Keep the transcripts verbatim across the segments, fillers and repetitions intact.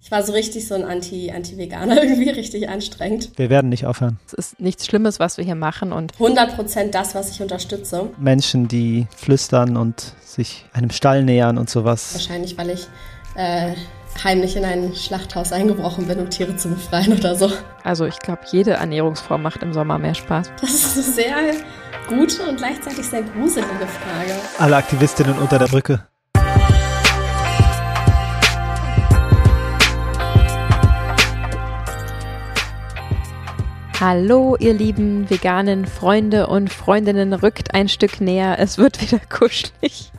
Ich war so richtig so ein Anti, Anti-Veganer, irgendwie richtig anstrengend. Wir werden nicht aufhören. Es ist nichts Schlimmes, was wir hier machen. Und hundert Prozent das, was ich unterstütze. Menschen, die flüstern und sich einem Stall nähern und sowas. Wahrscheinlich, weil ich äh, heimlich in ein Schlachthaus eingebrochen bin, um Tiere zu befreien oder so. Also ich glaube, jede Ernährungsform macht im Sommer mehr Spaß. Das ist eine sehr gute und gleichzeitig sehr gruselige Frage. Alle Aktivistinnen unter der Brücke. Hallo, ihr lieben veganen Freunde und Freundinnen, rückt ein Stück näher, es wird wieder kuschelig.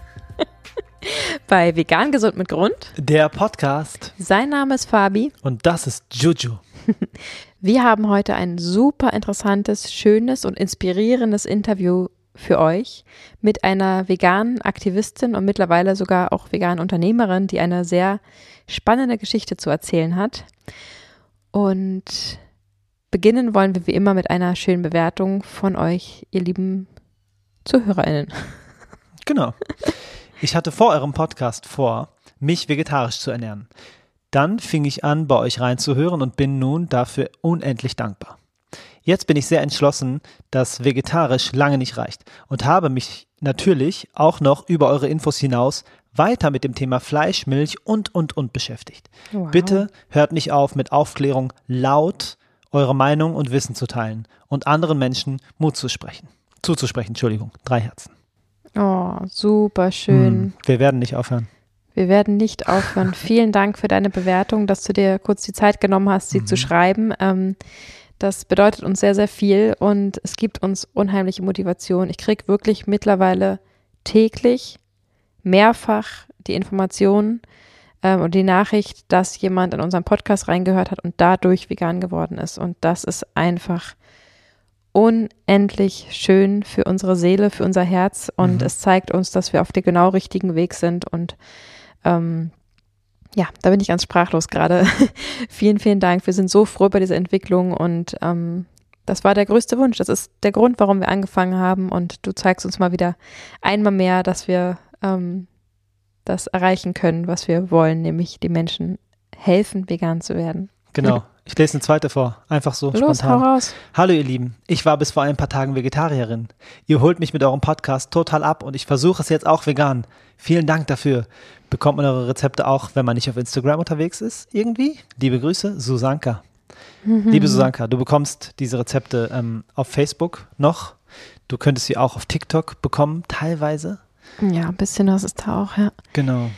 Bei Vegan Gesund mit Grund. Der Podcast. Sein Name ist Fabi. Und das ist Juju. Wir haben heute ein super interessantes, schönes und inspirierendes Interview für euch mit einer veganen Aktivistin und mittlerweile sogar auch veganen Unternehmerin, die eine sehr spannende Geschichte zu erzählen hat. Und beginnen wollen wir wie immer mit einer schönen Bewertung von euch, ihr lieben ZuhörerInnen. Genau. Ich hatte vor eurem Podcast vor, mich vegetarisch zu ernähren. Dann fing ich an, bei euch reinzuhören und bin nun dafür unendlich dankbar. Jetzt bin ich sehr entschlossen, dass vegetarisch lange nicht reicht und habe mich natürlich auch noch über eure Infos hinaus weiter mit dem Thema Fleisch, Milch und, und, und beschäftigt. Wow. Bitte hört nicht auf, mit Aufklärung laut eure Meinung und Wissen zu teilen und anderen Menschen Mut zu sprechen. Zuzusprechen, Entschuldigung, drei Herzen. Oh, super schön. Hm, wir werden nicht aufhören. Wir werden nicht aufhören. Vielen Dank für deine Bewertung, dass du dir kurz die Zeit genommen hast, sie mhm. zu schreiben. Ähm, das bedeutet uns sehr, sehr viel und es gibt uns unheimliche Motivation. Ich kriege wirklich mittlerweile täglich mehrfach die Informationen ähm, und die Nachricht, dass jemand in unseren Podcast reingehört hat und dadurch vegan geworden ist. Und das ist einfach unendlich schön für unsere Seele, für unser Herz und mhm. es zeigt uns, dass wir auf dem genau richtigen Weg sind und ähm, ja, da bin ich ganz sprachlos gerade. Vielen, vielen Dank. Wir sind so froh über diese Entwicklung und ähm, das war der größte Wunsch. Das ist der Grund, warum wir angefangen haben und du zeigst uns mal wieder einmal mehr, dass wir ähm, das erreichen können, was wir wollen, nämlich die Menschen helfen, vegan zu werden. Genau. Ich lese eine zweite vor, einfach so Los, spontan. Hau raus. Hallo ihr Lieben, ich war bis vor ein paar Tagen Vegetarierin. Ihr holt mich mit eurem Podcast total ab und ich versuche es jetzt auch vegan. Vielen Dank dafür. Bekommt man eure Rezepte auch, wenn man nicht auf Instagram unterwegs ist, irgendwie? Liebe Grüße, Susanka. Mhm. Liebe Susanka, du bekommst diese Rezepte ähm, auf Facebook noch. Du könntest sie auch auf TikTok bekommen, teilweise. Ja, ein bisschen was ist da auch, ja. Genau.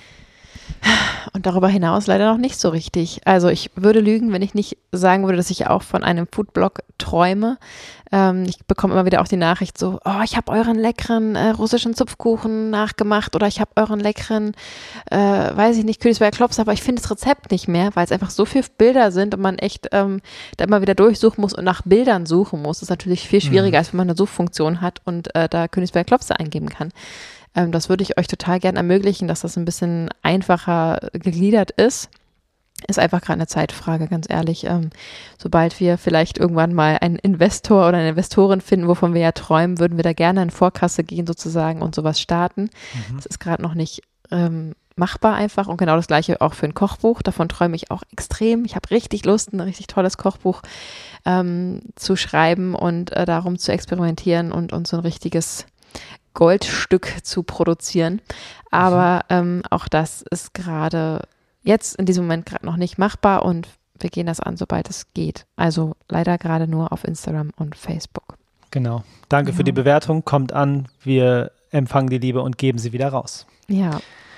Und darüber hinaus leider noch nicht so richtig. Also ich würde lügen, wenn ich nicht sagen würde, dass ich auch von einem Foodblog träume. Ähm, ich bekomme immer wieder auch die Nachricht so, oh, ich habe euren leckeren äh, russischen Zupfkuchen nachgemacht oder ich habe euren leckeren, äh, weiß ich nicht, Königsberger Klops, aber ich finde das Rezept nicht mehr, weil es einfach so viele Bilder sind und man echt ähm, da immer wieder durchsuchen muss und nach Bildern suchen muss. Das ist natürlich viel schwieriger, mhm. als wenn man eine Suchfunktion hat und äh, da Königsberger Klops eingeben kann. Ähm, das würde ich euch total gern ermöglichen, dass das ein bisschen einfacher gegliedert ist. Ist einfach gerade eine Zeitfrage, ganz ehrlich. Ähm, sobald wir vielleicht irgendwann mal einen Investor oder eine Investorin finden, wovon wir ja träumen, würden wir da gerne in Vorkasse gehen sozusagen und sowas starten. Mhm. Das ist gerade noch nicht ähm, machbar einfach und genau das Gleiche auch für ein Kochbuch. Davon träume ich auch extrem. Ich habe richtig Lust, ein richtig tolles Kochbuch ähm, zu schreiben und äh, darum zu experimentieren und, und so ein richtiges Goldstück zu produzieren. Aber ähm, auch das ist gerade jetzt in diesem Moment gerade noch nicht machbar und wir gehen das an, sobald es geht. Also leider gerade nur auf Instagram und Facebook. Genau. Danke ja. für die Bewertung. Kommt an, wir empfangen die Liebe und geben sie wieder raus. Ja.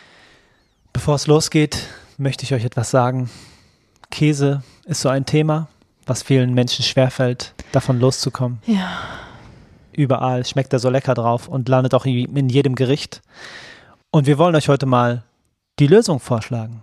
Bevor es losgeht, möchte ich euch etwas sagen. Käse ist so ein Thema, was vielen Menschen schwerfällt, davon loszukommen. Ja. Überall schmeckt er so lecker drauf und landet auch in jedem Gericht. Und wir wollen euch heute mal die Lösung vorschlagen.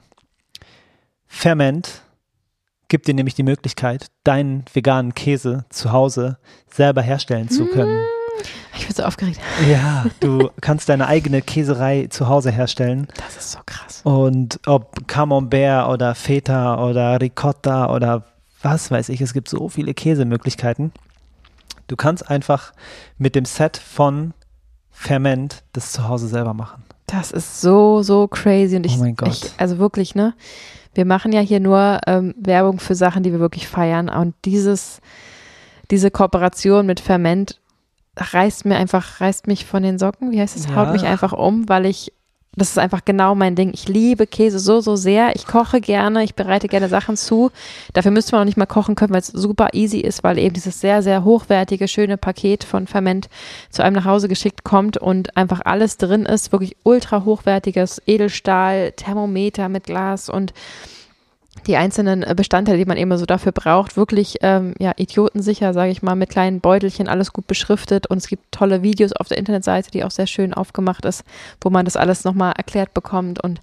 Ferment gibt dir nämlich die Möglichkeit, deinen veganen Käse zu Hause selber herstellen zu können. Ich bin so aufgeregt. Ja, du kannst deine eigene Käserei zu Hause herstellen. Das ist so krass. Und ob Camembert oder Feta oder Ricotta oder was weiß ich, es gibt so viele Käsemöglichkeiten. Du kannst einfach mit dem Set von Ferment das zu Hause selber machen. Das ist so, so crazy. Und ich, oh mein Gott. ich also wirklich, ne? Wir machen ja hier nur ähm, Werbung für Sachen, die wir wirklich feiern. Und dieses, diese Kooperation mit Ferment reißt mir einfach, reißt mich von den Socken. Wie heißt es? Ja. Haut mich einfach um, weil ich, das ist einfach genau mein Ding. Ich liebe Käse so, so sehr. Ich koche gerne, ich bereite gerne Sachen zu. Dafür müsste man auch nicht mal kochen können, weil es super easy ist, weil eben dieses sehr, sehr hochwertige, schöne Paket von Ferment zu einem nach Hause geschickt kommt und einfach alles drin ist. Wirklich ultra hochwertiges Edelstahl, Thermometer mit Glas und die einzelnen Bestandteile, die man eben so dafür braucht, wirklich ähm, ja idiotensicher, sage ich mal, mit kleinen Beutelchen, alles gut beschriftet und es gibt tolle Videos auf der Internetseite, die auch sehr schön aufgemacht ist, wo man das alles nochmal erklärt bekommt und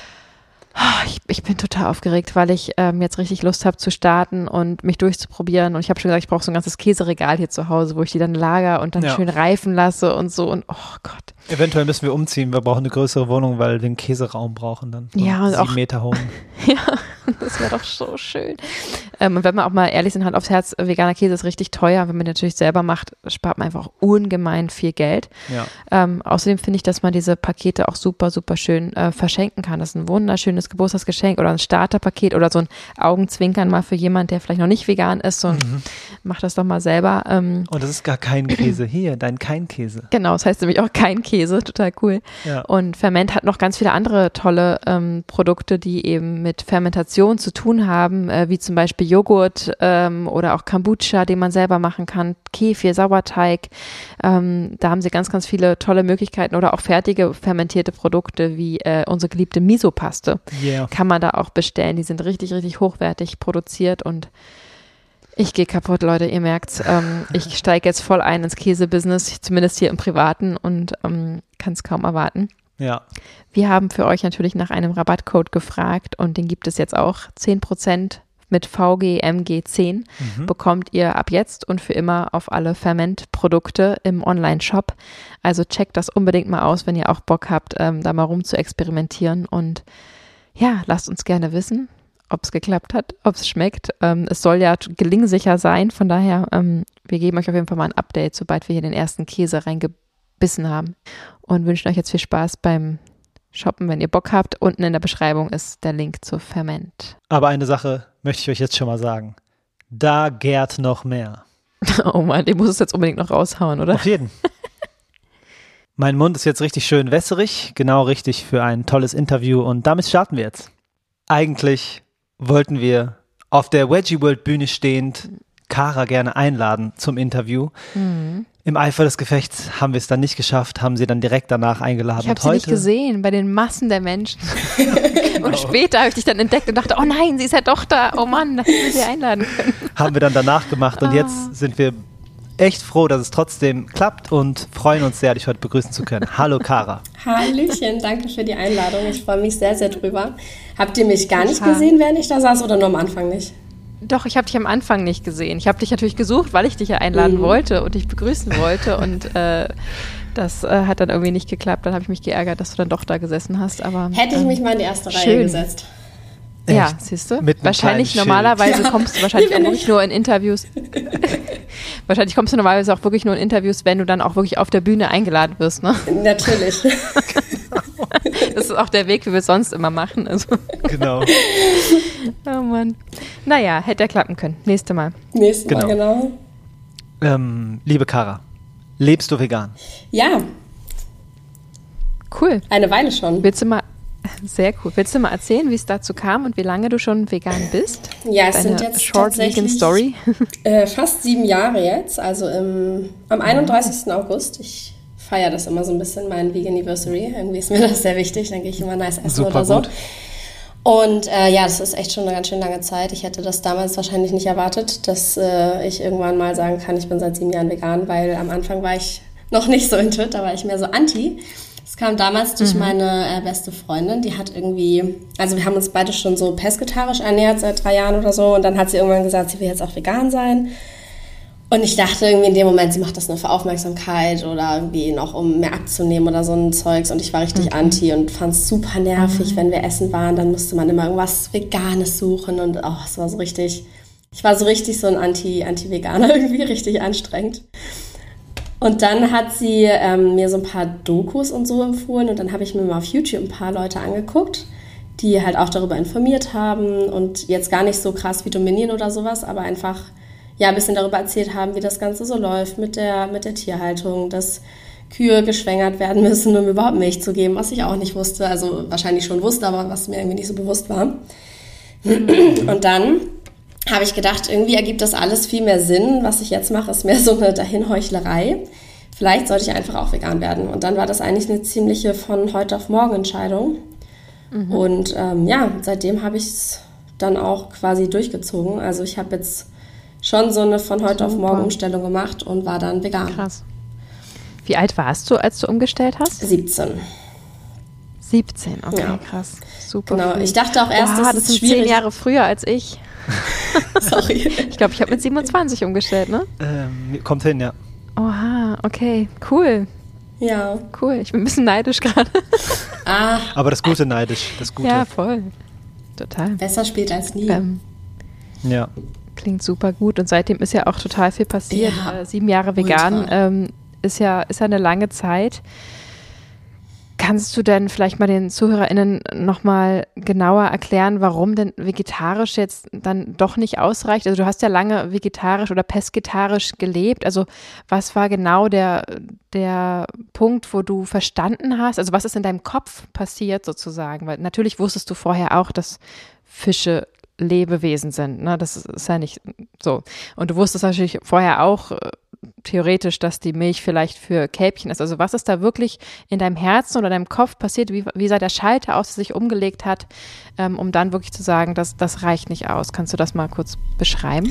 oh, ich, ich bin total aufgeregt, weil ich ähm, jetzt richtig Lust habe zu starten und mich durchzuprobieren und ich habe schon gesagt, ich brauche so ein ganzes Käseregal hier zu Hause, wo ich die dann lager und dann Ja. schön reifen lasse und so und oh Gott. Eventuell müssen wir umziehen, wir brauchen eine größere Wohnung, weil wir einen Käseraum brauchen dann. So Ja, und sieben auch- Meter hoch. Ja, das wäre doch so schön. Ähm, und wenn wir auch mal ehrlich sind, Hand aufs Herz, veganer Käse ist richtig teuer. Wenn man den natürlich selber macht, spart man einfach ungemein viel Geld. Ja. Ähm, außerdem finde ich, dass man diese Pakete auch super, super schön äh, verschenken kann. Das ist ein wunderschönes Geburtstagsgeschenk oder ein Starterpaket oder so ein Augenzwinkern mal für jemanden, der vielleicht noch nicht vegan ist. Und Mhm. mach das doch mal selber. Ähm, Und das ist gar kein Käse. Hier, dein Kein-Käse. genau, das heißt nämlich auch kein Käse. Total cool. Ja. Und Ferment hat noch ganz viele andere tolle ähm, Produkte, die eben mit Fermentation zu tun haben, äh, wie zum Beispiel Joghurt ähm, oder auch Kombucha, den man selber machen kann, Kefir, Sauerteig. Ähm, da haben sie ganz, ganz viele tolle Möglichkeiten oder auch fertige fermentierte Produkte wie äh, unsere geliebte Miso-Paste. Yeah. Kann man da auch bestellen. Die sind richtig, richtig hochwertig produziert und ich gehe kaputt, Leute, ihr merkt's. Ähm, ich steige jetzt voll ein ins Käsebusiness, zumindest hier im Privaten und ähm, kann es kaum erwarten. Ja. Wir haben für euch natürlich nach einem Rabattcode gefragt und den gibt es jetzt auch. zehn Prozent mit V G M G zehn Mhm. bekommt ihr ab jetzt und für immer auf alle Ferment-Produkte im Online-Shop. Also checkt das unbedingt mal aus, wenn ihr auch Bock habt, ähm, da mal rum zu experimentieren. Und ja, lasst uns gerne wissen, ob es geklappt hat, ob es schmeckt. Ähm, es soll ja gelingsicher sein, von daher, ähm, wir geben euch auf jeden Fall mal ein Update, sobald wir hier den ersten Käse reingebissen haben. Und wünschen euch jetzt viel Spaß beim Shoppen, wenn ihr Bock habt. Unten in der Beschreibung ist der Link zu Ferment. Aber eine Sache möchte ich euch jetzt schon mal sagen. Da gärt noch mehr. Oh Mann, den muss es jetzt unbedingt noch raushauen, oder? Auf jeden. Mein Mund ist jetzt richtig schön wässerig, genau richtig für ein tolles Interview und damit starten wir jetzt. Eigentlich wollten wir auf der Veggie World Bühne stehend Kara gerne einladen zum Interview. Mhm. Im Eifer des Gefechts haben wir es dann nicht geschafft, haben sie dann direkt danach eingeladen. Ich habe und sie heute, nicht gesehen bei den Massen der Menschen. Und später habe ich dich dann entdeckt und dachte, oh nein, sie ist ja doch da. Oh Mann, dass wir sie einladen können. haben wir dann danach gemacht und Ah. jetzt sind wir echt froh, dass es trotzdem klappt und freuen uns sehr, dich heute begrüßen zu können. Hallo Kara. Hallöchen, danke für die Einladung. Ich freue mich sehr, sehr drüber. Habt ihr mich gar nicht Total. gesehen, während ich da saß oder nur am Anfang nicht? Doch, ich habe dich am Anfang nicht gesehen. Ich habe dich natürlich gesucht, weil ich dich ja einladen Mhm. wollte und dich begrüßen wollte und äh, das äh, hat dann irgendwie nicht geklappt. Dann habe ich mich geärgert, dass du dann doch da gesessen hast. Aber Hätte ich ähm, mich mal in die erste Reihe schön. gesetzt. Ja, Echt? siehst du? Mit einem Wahrscheinlich kleinen normalerweise Schild. kommst du wahrscheinlich Wie auch bin wirklich ich? nur in Interviews. Wahrscheinlich kommst du normalerweise auch wirklich nur in Interviews, wenn du dann auch wirklich auf der Bühne eingeladen wirst, ne? Natürlich. Das ist auch der Weg, wie wir es sonst immer machen. Also, Genau. oh Mann. Naja, hätte ja klappen können. Nächste Mal. Nächstes Mal, Genau. genau. Ähm, liebe Kara, lebst du vegan? Ja, Cool. eine Weile schon. Willst du mal, sehr cool. Willst du mal erzählen, wie es dazu kam und wie lange du schon vegan bist? Ja, es Deine sind jetzt Short Vegan tatsächlich Story. äh, fast sieben Jahre jetzt, also im, am einunddreißigsten August. Ich feiere das immer so ein bisschen, mein Veganiversary. Irgendwie ist mir das sehr wichtig, dann gehe ich immer nice essen Super oder so. gut. Und äh, ja, das ist echt schon eine ganz schön lange Zeit. Ich hätte das damals wahrscheinlich nicht erwartet, dass äh, ich irgendwann mal sagen kann, ich bin seit sieben Jahren vegan, weil am Anfang war ich noch nicht so into it, da war ich mehr so anti. Das kam damals durch Mhm. meine äh, beste Freundin, die hat irgendwie, also wir haben uns beide schon so pesketarisch ernährt seit drei Jahren oder so und dann hat sie irgendwann gesagt, sie will jetzt auch vegan sein. Und ich dachte irgendwie in dem Moment, sie macht das nur für Aufmerksamkeit oder irgendwie noch, um mehr abzunehmen oder so ein Zeugs. Und ich war richtig anti und fand es super nervig, wenn wir essen waren. Dann musste man immer irgendwas Veganes suchen und oh, es war so richtig, ich war so richtig so ein Anti, Anti-Veganer irgendwie, richtig anstrengend. Und dann hat sie ähm, mir so ein paar Dokus und so empfohlen und dann habe ich mir mal auf YouTube ein paar Leute angeguckt, die halt auch darüber informiert haben und jetzt gar nicht so krass wie Dominion oder sowas, aber einfach ja ein bisschen darüber erzählt haben, wie das Ganze so läuft mit der, mit der Tierhaltung, dass Kühe geschwängert werden müssen, um überhaupt Milch zu geben, was ich auch nicht wusste, also wahrscheinlich schon wusste, aber was mir irgendwie nicht so bewusst war. Und dann habe ich gedacht, irgendwie ergibt das alles viel mehr Sinn. Was ich jetzt mache, ist mehr so eine Dahinheuchlerei. Vielleicht sollte ich einfach auch vegan werden. Und dann war das eigentlich eine ziemliche von heute auf morgen Entscheidung. Mhm. Und ähm, ja, seitdem habe ich es dann auch quasi durchgezogen. Also ich habe jetzt schon so eine von heute Super. auf morgen Umstellung gemacht und war dann vegan. Krass. Wie alt warst du, als du umgestellt hast? siebzehn. siebzehn, okay, ja. Krass. Super. Genau, früh. Ich dachte auch erst, oh, das, das ist sind schwierig. zehn Jahre früher als ich. Sorry. Ich glaube, ich habe mit siebenundzwanzig umgestellt, ne? Ähm, kommt hin, ja. Oha, okay, cool. Ja. Cool, ich bin ein bisschen neidisch gerade. Ah. Aber das Gute neidisch, das Gute. Ja, voll. Total. Besser spät als nie. Ähm, ja. Klingt super gut und seitdem ist ja auch total viel passiert. Ja, äh, sieben Jahre vegan ähm, ist ja, ist ja eine lange Zeit. Kannst du denn vielleicht mal den ZuhörerInnen nochmal genauer erklären, warum denn vegetarisch jetzt dann doch nicht ausreicht? Also du hast ja lange vegetarisch oder pesketarisch gelebt. Also was war genau der, der Punkt, wo du verstanden hast? Also was ist in deinem Kopf passiert sozusagen? Weil natürlich wusstest du vorher auch, dass Fische Lebewesen sind. Ne? Das ist ja nicht so. Und du wusstest natürlich vorher auch äh, theoretisch, dass die Milch vielleicht für Kälbchen ist. Also was ist da wirklich in deinem Herzen oder deinem Kopf passiert? Wie, wie sah der Schalter aus, der sich umgelegt hat, ähm, um dann wirklich zu sagen, dass das reicht nicht aus? Kannst du das mal kurz beschreiben?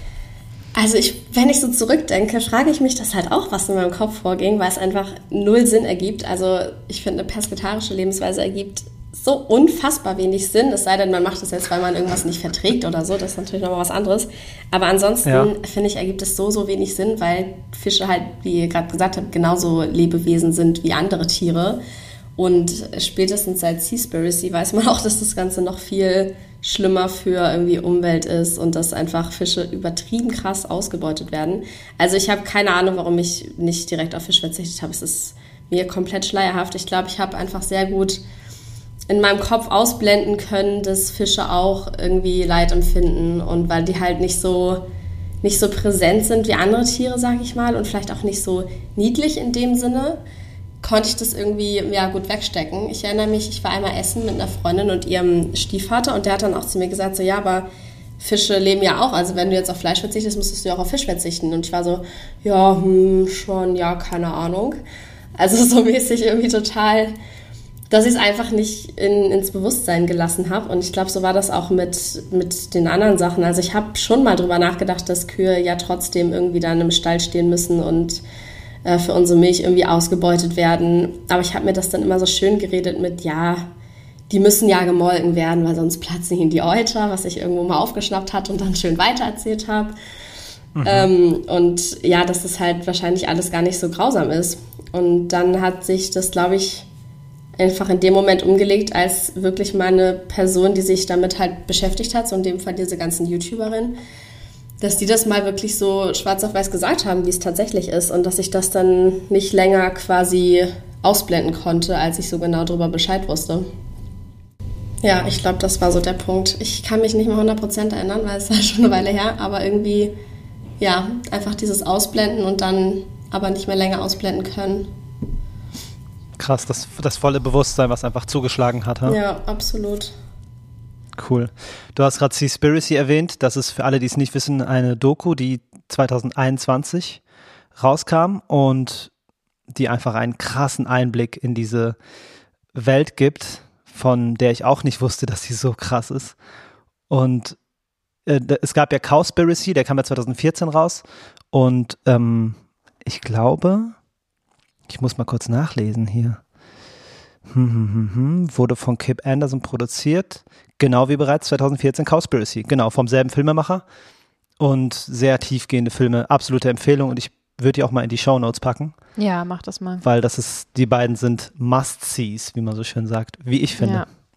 Also ich, wenn ich so zurückdenke, frage ich mich das halt auch, was in meinem Kopf vorging, weil es einfach null Sinn ergibt. Also ich finde, eine pesketarische Lebensweise ergibt so unfassbar wenig Sinn, es sei denn, man macht das jetzt, weil man irgendwas nicht verträgt oder so, das ist natürlich nochmal was anderes. Aber ansonsten, ja. finde ich, ergibt es so, so wenig Sinn, weil Fische halt, wie ihr gerade gesagt habt, genauso Lebewesen sind wie andere Tiere. Und spätestens seit Seaspiracy weiß man auch, dass das Ganze noch viel schlimmer für irgendwie Umwelt ist und dass einfach Fische übertrieben krass ausgebeutet werden. Also ich habe keine Ahnung, warum ich nicht direkt auf Fisch verzichtet habe. Es ist mir komplett schleierhaft. Ich glaube, ich habe einfach sehr gut in meinem Kopf ausblenden können, dass Fische auch irgendwie Leid empfinden und weil die halt nicht so, nicht so präsent sind wie andere Tiere, sage ich mal, und vielleicht auch nicht so niedlich in dem Sinne, konnte ich das irgendwie ja, gut wegstecken. Ich erinnere mich, ich war einmal essen mit einer Freundin und ihrem Stiefvater und der hat dann auch zu mir gesagt, so ja, aber Fische leben ja auch, also wenn du jetzt auf Fleisch verzichtest, müsstest du ja auch auf Fisch verzichten. Und ich war so, ja, hm, schon, ja, keine Ahnung. Also so mäßig irgendwie total, dass ich es einfach nicht in, ins Bewusstsein gelassen habe. Und ich glaube, so war das auch mit, mit den anderen Sachen. Also ich habe schon mal drüber nachgedacht, dass Kühe ja trotzdem irgendwie dann im Stall stehen müssen und äh, für unsere Milch irgendwie ausgebeutet werden. Aber ich habe mir das dann immer so schön geredet mit, ja, die müssen ja gemolken werden, weil sonst platzen ihnen die Euter, was ich irgendwo mal aufgeschnappt hatte und dann schön weitererzählt habe. Mhm. Ähm, und ja, dass das halt wahrscheinlich alles gar nicht so grausam ist. Und dann hat sich das, glaube ich, einfach in dem Moment umgelegt, als wirklich mal eine Person, die sich damit halt beschäftigt hat, so in dem Fall diese ganzen YouTuberinnen, dass die das mal wirklich so schwarz auf weiß gesagt haben, wie es tatsächlich ist und dass ich das dann nicht länger quasi ausblenden konnte, als ich so genau darüber Bescheid wusste. Ja, ich glaube, das war so der Punkt. Ich kann mich nicht mehr hundert Prozent erinnern, weil es ist halt schon eine Weile her, aber irgendwie, ja, einfach dieses Ausblenden und dann aber nicht mehr länger ausblenden können. Krass, das, das volle Bewusstsein, was einfach zugeschlagen hat. Ha? Ja, absolut. Cool. Du hast gerade Seaspiracy erwähnt. Das ist für alle, die es nicht wissen, eine Doku, die zwanzig einundzwanzig rauskam und die einfach einen krassen Einblick in diese Welt gibt, von der ich auch nicht wusste, dass sie so krass ist. Und äh, es gab ja Cowspiracy, der kam ja zwanzig vierzehn raus. Und ähm, ich glaube... Ich muss mal kurz nachlesen hier. Hm, hm, hm, hm. Wurde von Kip Anderson produziert, genau wie bereits zwanzig vierzehn Cowspiracy, genau, vom selben Filmemacher und sehr tiefgehende Filme, absolute Empfehlung und ich würde die auch mal in die Shownotes packen. Ja, mach das mal. Weil das ist, die beiden sind Must-Sees, wie man so schön sagt, wie ich finde. Ja,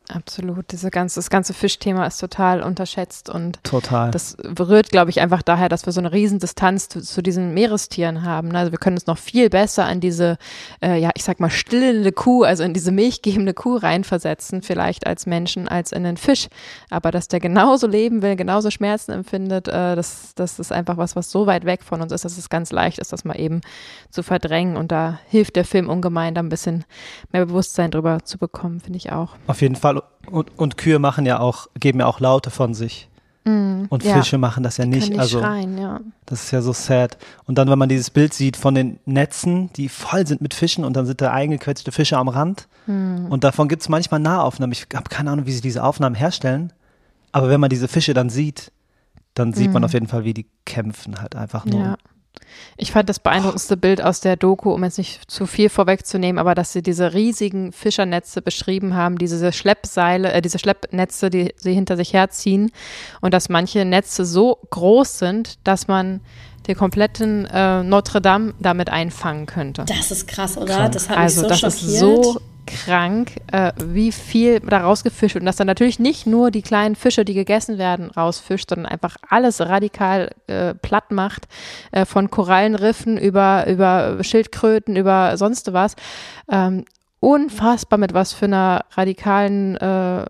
Absolut. Diese ganze, das ganze Fischthema ist total unterschätzt und total. Das berührt, glaube ich, einfach daher, dass wir so eine riesen Distanz zu, zu diesen Meerestieren haben. Also wir können uns noch viel besser an diese, äh, ja, ich sag mal, stillende Kuh, also in diese milchgebende Kuh reinversetzen, vielleicht als Menschen, als in den Fisch. Aber dass der genauso leben will, genauso Schmerzen empfindet, äh, das, das ist einfach was, was so weit weg von uns ist, dass es ganz leicht ist, das mal eben zu verdrängen. Und da hilft der Film ungemein, da ein bisschen mehr Bewusstsein drüber zu bekommen, finde ich auch. Auf jeden Fall. Und, und Kühe machen ja auch, geben ja auch Laute von sich. Mm, und ja. Fische machen das ja nicht. Nicht also schreien, ja. Das ist ja so sad. Und dann, wenn man dieses Bild sieht von den Netzen, die voll sind mit Fischen und dann sind da eingequetschte Fische am Rand. Mm. Und davon gibt es manchmal Nahaufnahmen. Ich habe keine Ahnung, wie sie diese Aufnahmen herstellen. Aber wenn man diese Fische dann sieht, dann sieht mm. man auf jeden Fall, wie die kämpfen halt einfach nur. Ja. Ich fand das beeindruckendste oh. Bild aus der Doku, um jetzt nicht zu viel vorwegzunehmen, aber dass sie diese riesigen Fischernetze beschrieben haben, diese Schleppseile, äh, diese Schleppnetze, die sie hinter sich herziehen und dass manche Netze so groß sind, dass man den kompletten äh, Notre Dame damit einfangen könnte. Das ist krass, oder? Krank. Das hat also mich so das schockiert. ist so krank, äh, wie viel da rausgefischt wird und dass dann natürlich nicht nur die kleinen Fische, die gegessen werden, rausfischt, sondern einfach alles radikal äh, platt macht, äh, von Korallenriffen über, über Schildkröten, über sonst was. Ähm, unfassbar, mit was für einer radikalen äh,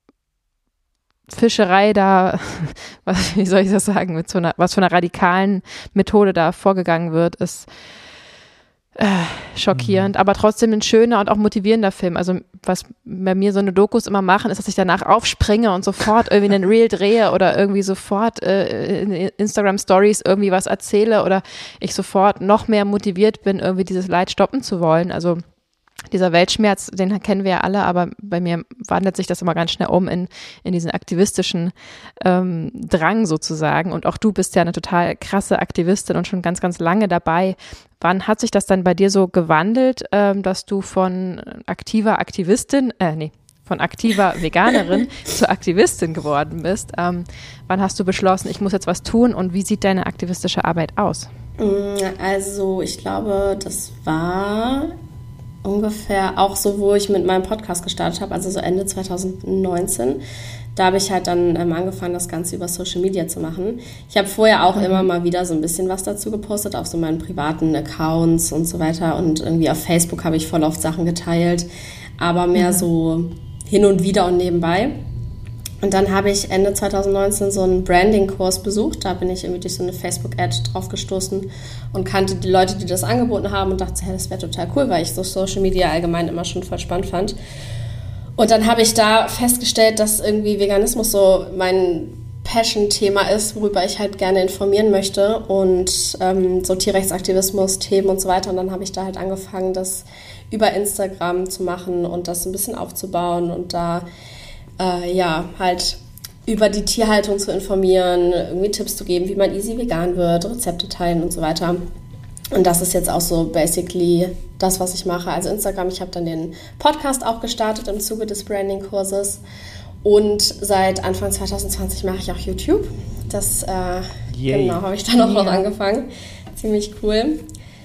Fischerei da, was, wie soll ich das sagen, mit so einer, was für einer radikalen Methode da vorgegangen wird, ist Äh, schockierend, mhm. aber trotzdem ein schöner und auch motivierender Film. Also was bei mir so eine Dokus immer machen, ist, dass ich danach aufspringe und sofort irgendwie einen Reel drehe oder irgendwie sofort äh, in Instagram-Stories irgendwie was erzähle oder ich sofort noch mehr motiviert bin, irgendwie dieses Leid stoppen zu wollen. Also dieser Weltschmerz, den kennen wir ja alle, aber bei mir wandelt sich das immer ganz schnell um in, in diesen aktivistischen ähm, Drang sozusagen. Und auch du bist ja eine total krasse Aktivistin und schon ganz, ganz lange dabei. Wann hat sich das dann bei dir so gewandelt, ähm, dass du von aktiver Aktivistin, äh, nee, von aktiver Veganerin zur Aktivistin geworden bist? Ähm, wann hast du beschlossen, ich muss jetzt was tun und wie sieht deine aktivistische Arbeit aus? Also ich glaube, das war ungefähr auch so, wo ich mit meinem Podcast gestartet habe, also so Ende zwanzig neunzehn. Da habe ich halt dann ähm, angefangen, das Ganze über Social Media zu machen. Ich habe vorher auch mhm. immer mal wieder so ein bisschen was dazu gepostet, auf so meinen privaten Accounts und so weiter. Und irgendwie auf Facebook habe ich voll oft Sachen geteilt, aber mehr mhm. so hin und wieder und nebenbei. Und dann habe ich Ende zwanzig neunzehn so einen Branding-Kurs besucht. Da bin ich irgendwie durch so eine Facebook-Ad drauf gestoßen und kannte die Leute, die das angeboten haben und dachte, hey, das wäre total cool, weil ich so Social Media allgemein immer schon voll spannend fand. Und dann habe ich da festgestellt, dass irgendwie Veganismus so mein Passion-Thema ist, worüber ich halt gerne informieren möchte und ähm, so Tierrechtsaktivismus, Themen und so weiter. Und dann habe ich da halt angefangen, das über Instagram zu machen und das ein bisschen aufzubauen und da Äh, ja, halt über die Tierhaltung zu informieren, irgendwie Tipps zu geben, wie man easy vegan wird, Rezepte teilen und so weiter. Und das ist jetzt auch so basically das, was ich mache. Also Instagram, ich habe dann den Podcast auch gestartet im Zuge des Branding-Kurses und seit Anfang zwanzig zwanzig mache ich auch YouTube. Das äh, genau, habe ich dann auch yeah. noch angefangen. Ziemlich cool.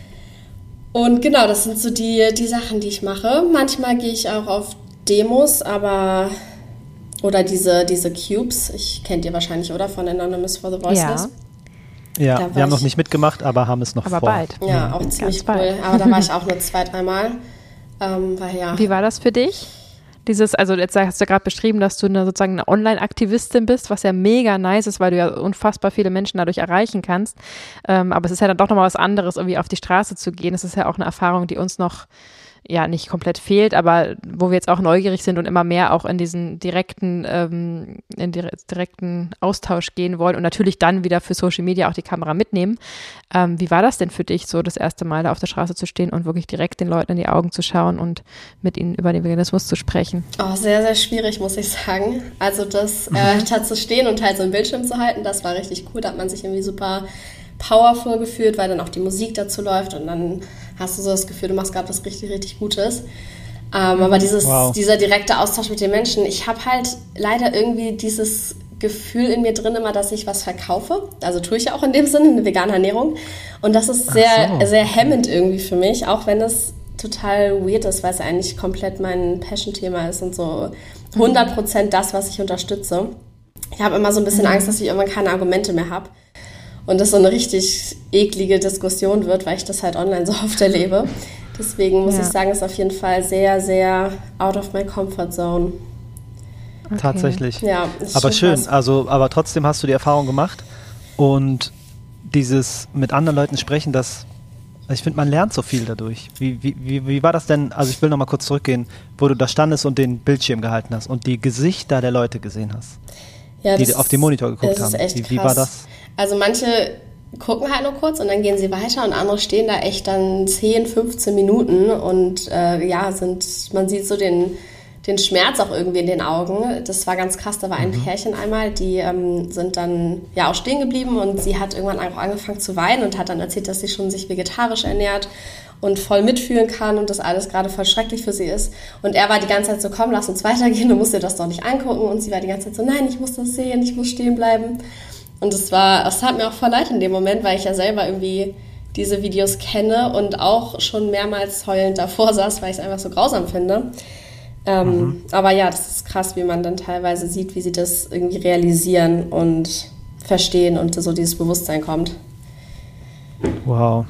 Und genau, das sind so die, die Sachen, die ich mache. Manchmal gehe ich auch auf Demos, aber oder diese, diese Cubes, ich kennt ihr wahrscheinlich, oder? Von Anonymous for the Voiceless. Ja, ja wir haben noch nicht mitgemacht, aber haben es noch aber vor. bald. Ja, mhm. auch ziemlich Ganz cool. Bald. Aber da war ich auch nur zwei, dreimal. Ähm, weil, ja. Wie war das für dich? Dieses, also jetzt hast du gerade beschrieben, dass du eine, sozusagen eine Online-Aktivistin bist, was ja mega nice ist, weil du ja unfassbar viele Menschen dadurch erreichen kannst. Ähm, aber es ist ja dann doch nochmal was anderes, irgendwie auf die Straße zu gehen. Das ist ja auch eine Erfahrung, die uns noch ja nicht komplett fehlt, aber wo wir jetzt auch neugierig sind und immer mehr auch in diesen direkten, ähm, in direkten Austausch gehen wollen und natürlich dann wieder für Social Media auch die Kamera mitnehmen. Ähm, wie war das denn für dich, so das erste Mal da auf der Straße zu stehen und wirklich direkt den Leuten in die Augen zu schauen und mit ihnen über den Veganismus zu sprechen? Oh, sehr, sehr schwierig, muss ich sagen. Also das, äh, da zu stehen und halt so einen Bildschirm zu halten, das war richtig cool, da hat man sich irgendwie super powerful gefühlt, weil dann auch die Musik dazu läuft und dann hast du so das Gefühl, du machst gerade was richtig, richtig Gutes. Ähm, aber dieses, wow. dieser direkte Austausch mit den Menschen, ich habe halt leider irgendwie dieses Gefühl in mir drin immer, dass ich was verkaufe. Also tue ich ja auch in dem Sinne, eine vegane Ernährung. Und das ist sehr, so. sehr hemmend irgendwie für mich, auch wenn es total weird ist, weil es eigentlich komplett mein Passion-Thema ist und so hundert Prozent das, was ich unterstütze. Ich habe immer so ein bisschen Angst, dass ich irgendwann keine Argumente mehr habe und das so eine richtig eklige Diskussion wird, weil ich das halt online so oft erlebe. Deswegen muss ja. ich sagen, ist auf jeden Fall sehr, sehr out of my comfort zone. Okay. Tatsächlich. Ja, aber schön, krass. also aber trotzdem hast du die Erfahrung gemacht und dieses mit anderen Leuten sprechen, das, also ich finde, man lernt so viel dadurch. Wie, wie, wie, wie war das denn, also ich will nochmal kurz zurückgehen, wo du da standest und den Bildschirm gehalten hast und die Gesichter der Leute gesehen hast, ja, die auf den Monitor geguckt das haben. Ist echt wie, krass. wie war das? Also manche gucken halt nur kurz und dann gehen sie weiter und andere stehen da echt dann zehn, fünfzehn Minuten und äh, ja, sind, man sieht so den den Schmerz auch irgendwie in den Augen. Das war ganz krass, da war ein mhm. Pärchen einmal, die ähm, sind dann ja auch stehen geblieben und sie hat irgendwann auch angefangen zu weinen und hat dann erzählt, dass sie schon sich vegetarisch ernährt und voll mitfühlen kann und das alles gerade voll schrecklich für sie ist. Und er war die ganze Zeit so, komm, lass uns weitergehen, du musst dir das doch nicht angucken. Und sie war die ganze Zeit so, nein, ich muss das sehen, ich muss stehen bleiben. Und das war, das hat mir auch voll leid in dem Moment, weil ich ja selber irgendwie diese Videos kenne und auch schon mehrmals heulend davor saß, weil ich es einfach so grausam finde. Ähm, mhm. Aber ja, das ist krass, wie man dann teilweise sieht, wie sie das irgendwie realisieren und verstehen und so dieses Bewusstsein kommt. Wow.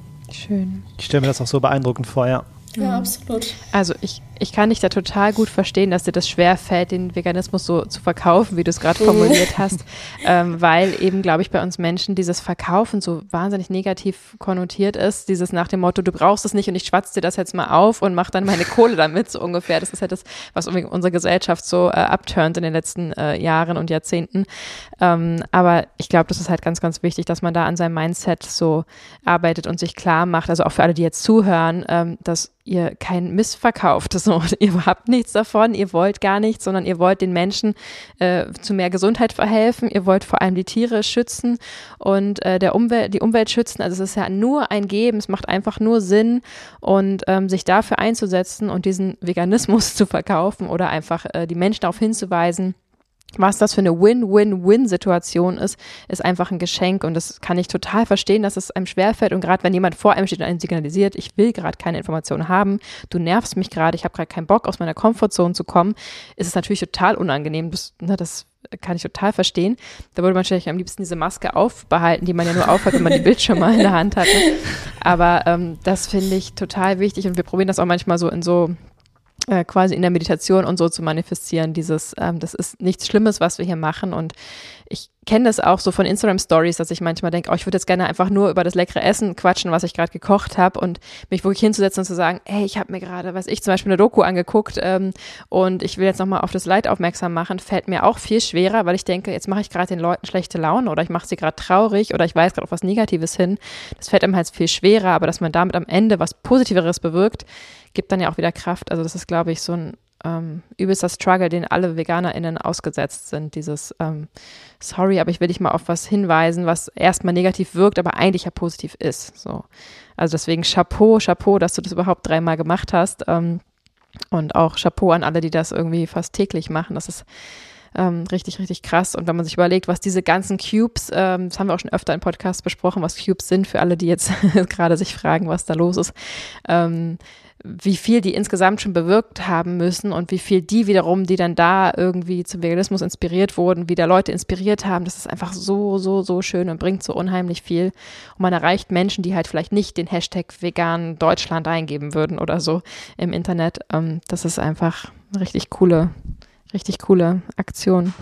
Schön. Ich stelle mir das auch so beeindruckend vor, ja. Ja, mhm. absolut. Also ich, ich kann dich da total gut verstehen, dass dir das schwerfällt, den Veganismus so zu verkaufen, wie du es gerade formuliert hast, ähm, weil eben, glaube ich, bei uns Menschen dieses Verkaufen so wahnsinnig negativ konnotiert ist, dieses nach dem Motto, du brauchst es nicht und ich schwatze dir das jetzt mal auf und mach dann meine Kohle damit, so ungefähr. Das ist halt das, was unsere Gesellschaft so äh, abturnt in den letzten äh, Jahren und Jahrzehnten. Ähm, aber ich glaube, das ist halt ganz, ganz wichtig, dass man da an seinem Mindset so arbeitet und sich klar macht, also auch für alle, die jetzt zuhören, ähm, dass ihr kein Mist verkauft, so, ihr habt nichts davon, ihr wollt gar nichts, sondern ihr wollt den Menschen äh, zu mehr Gesundheit verhelfen, ihr wollt vor allem die Tiere schützen und äh, der Umwelt, die Umwelt schützen, also es ist ja nur ein Geben, es macht einfach nur Sinn und ähm, sich dafür einzusetzen und diesen Veganismus zu verkaufen oder einfach äh, die Menschen darauf hinzuweisen, was das für eine Win-Win-Win-Situation ist, ist einfach ein Geschenk und das kann ich total verstehen, dass es einem schwerfällt und gerade wenn jemand vor einem steht und einem signalisiert, ich will gerade keine Informationen haben, du nervst mich gerade, ich habe gerade keinen Bock aus meiner Komfortzone zu kommen, ist es natürlich total unangenehm, das, ne, das kann ich total verstehen. Da würde man wahrscheinlich am liebsten diese Maske aufbehalten, die man ja nur aufhat, wenn man die Bildschirme in der Hand hat. Ne? Aber ähm, das finde ich total wichtig und wir probieren das auch manchmal so in so Äh, quasi in der Meditation und so zu manifestieren, dieses, ähm, das ist nichts Schlimmes, was wir hier machen und ich kenne das auch so von Instagram-Stories, dass ich manchmal denke, oh, ich würde jetzt gerne einfach nur über das leckere Essen quatschen, was ich gerade gekocht habe und mich wirklich hinzusetzen und zu sagen, hey, ich habe mir gerade, weiß ich, zum Beispiel eine Doku angeguckt ähm, und ich will jetzt nochmal auf das Leid aufmerksam machen, fällt mir auch viel schwerer, weil ich denke, jetzt mache ich gerade den Leuten schlechte Laune oder ich mache sie gerade traurig oder ich weiß gerade auf was Negatives hin. Das fällt einem halt viel schwerer, aber dass man damit am Ende was Positiveres bewirkt, gibt dann ja auch wieder Kraft. Also das ist, glaube ich, so ein ähm, übelster Struggle, den alle VeganerInnen ausgesetzt sind. Dieses, ähm, sorry, aber ich will dich mal auf was hinweisen, was erstmal negativ wirkt, aber eigentlich ja positiv ist. So. Also deswegen Chapeau, Chapeau, dass du das überhaupt dreimal gemacht hast. Ähm, und auch Chapeau an alle, die das irgendwie fast täglich machen. Das ist Ähm, richtig, richtig krass. Und wenn man sich überlegt, was diese ganzen Cubes, ähm, das haben wir auch schon öfter im Podcast besprochen, was Cubes sind, für alle, die jetzt gerade sich fragen, was da los ist, ähm, wie viel die insgesamt schon bewirkt haben müssen und wie viel die wiederum, die dann da irgendwie zum Veganismus inspiriert wurden, wieder Leute inspiriert haben, das ist einfach so, so, so schön und bringt so unheimlich viel. Und man erreicht Menschen, die halt vielleicht nicht den Hashtag vegan Deutschland eingeben würden oder so im Internet. Ähm, das ist einfach eine richtig coole Richtig coole Aktion.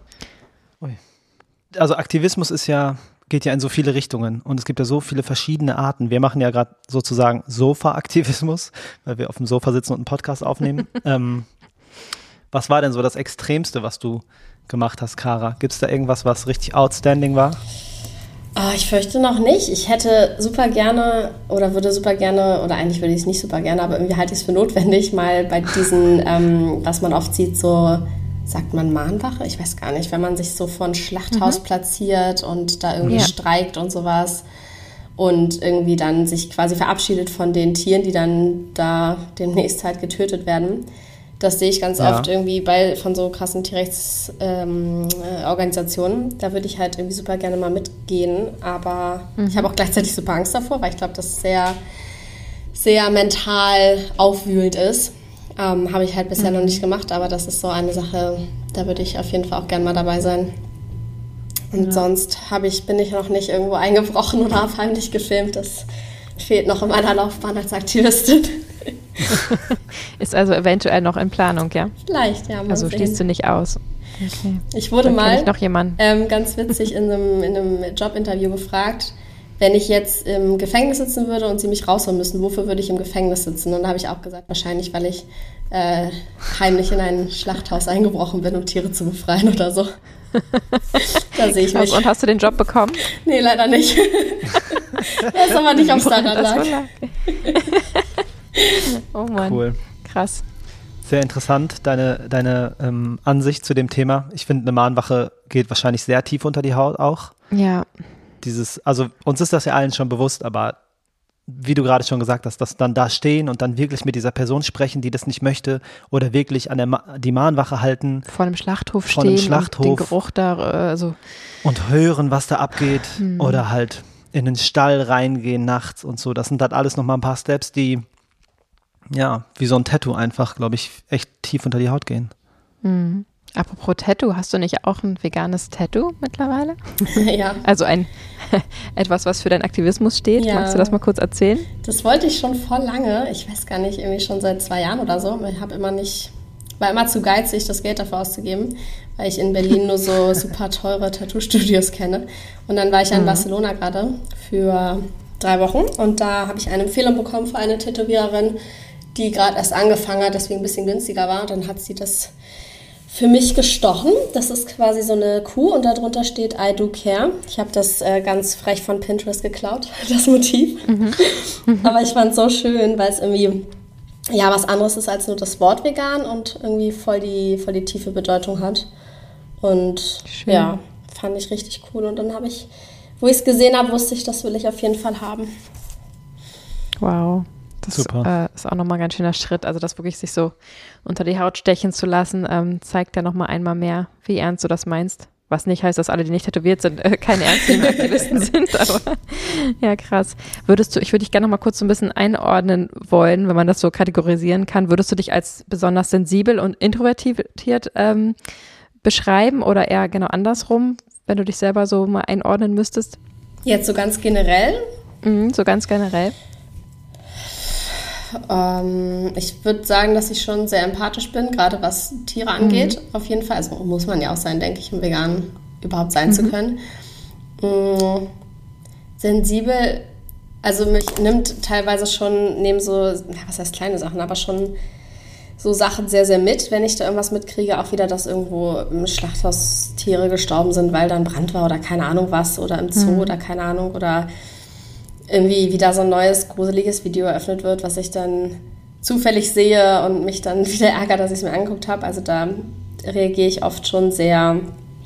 Also Aktivismus ist ja, geht ja in so viele Richtungen und es gibt ja so viele verschiedene Arten. Wir machen ja gerade sozusagen Sofa-Aktivismus, weil wir auf dem Sofa sitzen und einen Podcast aufnehmen. ähm, was war denn so das Extremste, was du gemacht hast, Kara? Gibt es da irgendwas, was richtig outstanding war? Oh, ich fürchte noch nicht. Ich hätte super gerne oder würde super gerne, oder eigentlich würde ich es nicht super gerne, aber irgendwie halte ich es für notwendig, mal bei diesen, ähm, was man oft sieht, so, sagt man Mahnwache? Ich weiß gar nicht, wenn man sich so von Schlachthaus mhm. platziert und da irgendwie ja. streikt und sowas und irgendwie dann sich quasi verabschiedet von den Tieren, die dann da demnächst halt getötet werden. Das sehe ich ganz ja. oft irgendwie bei von so krassen Tierrechtsorganisationen. Ähm, da würde ich halt irgendwie super gerne mal mitgehen. Aber mhm. ich habe auch gleichzeitig super Angst davor, weil ich glaube, das ist sehr sehr mental aufwühlend ist. Ähm, habe ich halt bisher mhm. noch nicht gemacht, aber das ist so eine Sache, da würde ich auf jeden Fall auch gerne mal dabei sein. Und ja. sonst habe ich, bin ich noch nicht irgendwo eingebrochen oder habe heimlich gefilmt. Das fehlt noch in meiner Laufbahn als Aktivistin. Ist also eventuell noch in Planung, ja? Vielleicht, ja. Also sehen. Schließt du nicht aus. Okay. Ich wurde Dann mal ich noch jemanden. Ähm, ganz witzig in einem, in einem Jobinterview gefragt, wenn ich jetzt im Gefängnis sitzen würde und sie mich rausholen müssen, wofür würde ich im Gefängnis sitzen? Und da habe ich auch gesagt, wahrscheinlich, weil ich äh, heimlich in ein Schlachthaus eingebrochen bin, um Tiere zu befreien oder so. Da sehe ich mich. Und hast du den Job bekommen? Nee, leider nicht. Das ist aber nicht, ob es daran lag. Oh Mann, cool. Krass. Sehr interessant, deine, deine ähm, Ansicht zu dem Thema. Ich finde, eine Mahnwache geht wahrscheinlich sehr tief unter die Haut auch. Ja. Dieses, also uns ist das ja allen schon bewusst, aber wie du gerade schon gesagt hast, dass dann da stehen und dann wirklich mit dieser Person sprechen, die das nicht möchte oder wirklich an der Ma- die Mahnwache halten. Vor einem Schlachthof vor stehen einem Schlachthof und den Geruch da, also. Und hören, was da abgeht hm. oder halt in den Stall reingehen nachts und so. Das sind halt alles nochmal ein paar Steps, die ja, wie so ein Tattoo einfach, glaube ich, echt tief unter die Haut gehen. Hm. Apropos Tattoo, hast du nicht auch ein veganes Tattoo mittlerweile? Ja. Also ein etwas, was für deinen Aktivismus steht. Ja. Magst du das mal kurz erzählen? Das wollte ich schon voll lange. Ich weiß gar nicht, irgendwie schon seit zwei Jahren oder so. Ich habe immer nicht, war immer zu geizig, das Geld dafür auszugeben, weil ich in Berlin nur so super teure Tattoo-Studios kenne. Und dann war ich ja in mhm. Barcelona gerade für drei Wochen und da habe ich eine Empfehlung bekommen für eine Tätowiererin, die gerade erst angefangen hat, deswegen ein bisschen günstiger war. Und dann hat sie das für mich gestochen. Das ist quasi so eine Kuh und darunter steht I do care. Ich habe das äh, ganz frech von Pinterest geklaut, das Motiv. Mhm. Aber ich fand es so schön, weil es irgendwie ja was anderes ist als nur das Wort vegan und irgendwie voll die, voll die tiefe Bedeutung hat. Und schön. Ja, fand ich richtig cool. Und dann habe ich, wo ich es gesehen habe, wusste ich, das will ich auf jeden Fall haben. Wow. Das Super. Äh, ist auch nochmal ein ganz schöner Schritt. Also das wirklich sich so unter die Haut stechen zu lassen, ähm, zeigt ja nochmal einmal mehr, wie ernst du das meinst. Was nicht heißt, dass alle, die nicht tätowiert sind, äh, keine ernsten Aktivisten sind. Aber ja, krass. Würdest du, ich würde dich gerne nochmal kurz so ein bisschen einordnen wollen, wenn man das so kategorisieren kann. Würdest du dich als besonders sensibel und introvertiert ähm, beschreiben oder eher genau andersrum, wenn du dich selber so mal einordnen müsstest? Jetzt so ganz generell? Mhm, so ganz generell. Ähm, ich würde sagen, dass ich schon sehr empathisch bin, gerade was Tiere angeht, mhm. auf jeden Fall. Also muss man ja auch sein, denke ich, um vegan überhaupt sein mhm. zu können. Mhm. Sensibel, also mich nimmt teilweise schon neben so, ja, was heißt kleine Sachen, aber schon so Sachen sehr, sehr mit, wenn ich da irgendwas mitkriege, auch wieder, dass irgendwo im Schlachthaus Tiere gestorben sind, weil da ein Brand war oder keine Ahnung was oder im Zoo mhm. oder keine Ahnung oder irgendwie wieder so ein neues, gruseliges Video eröffnet wird, was ich dann zufällig sehe und mich dann wieder ärgert, dass ich es mir angeguckt habe. Also da reagiere ich oft schon sehr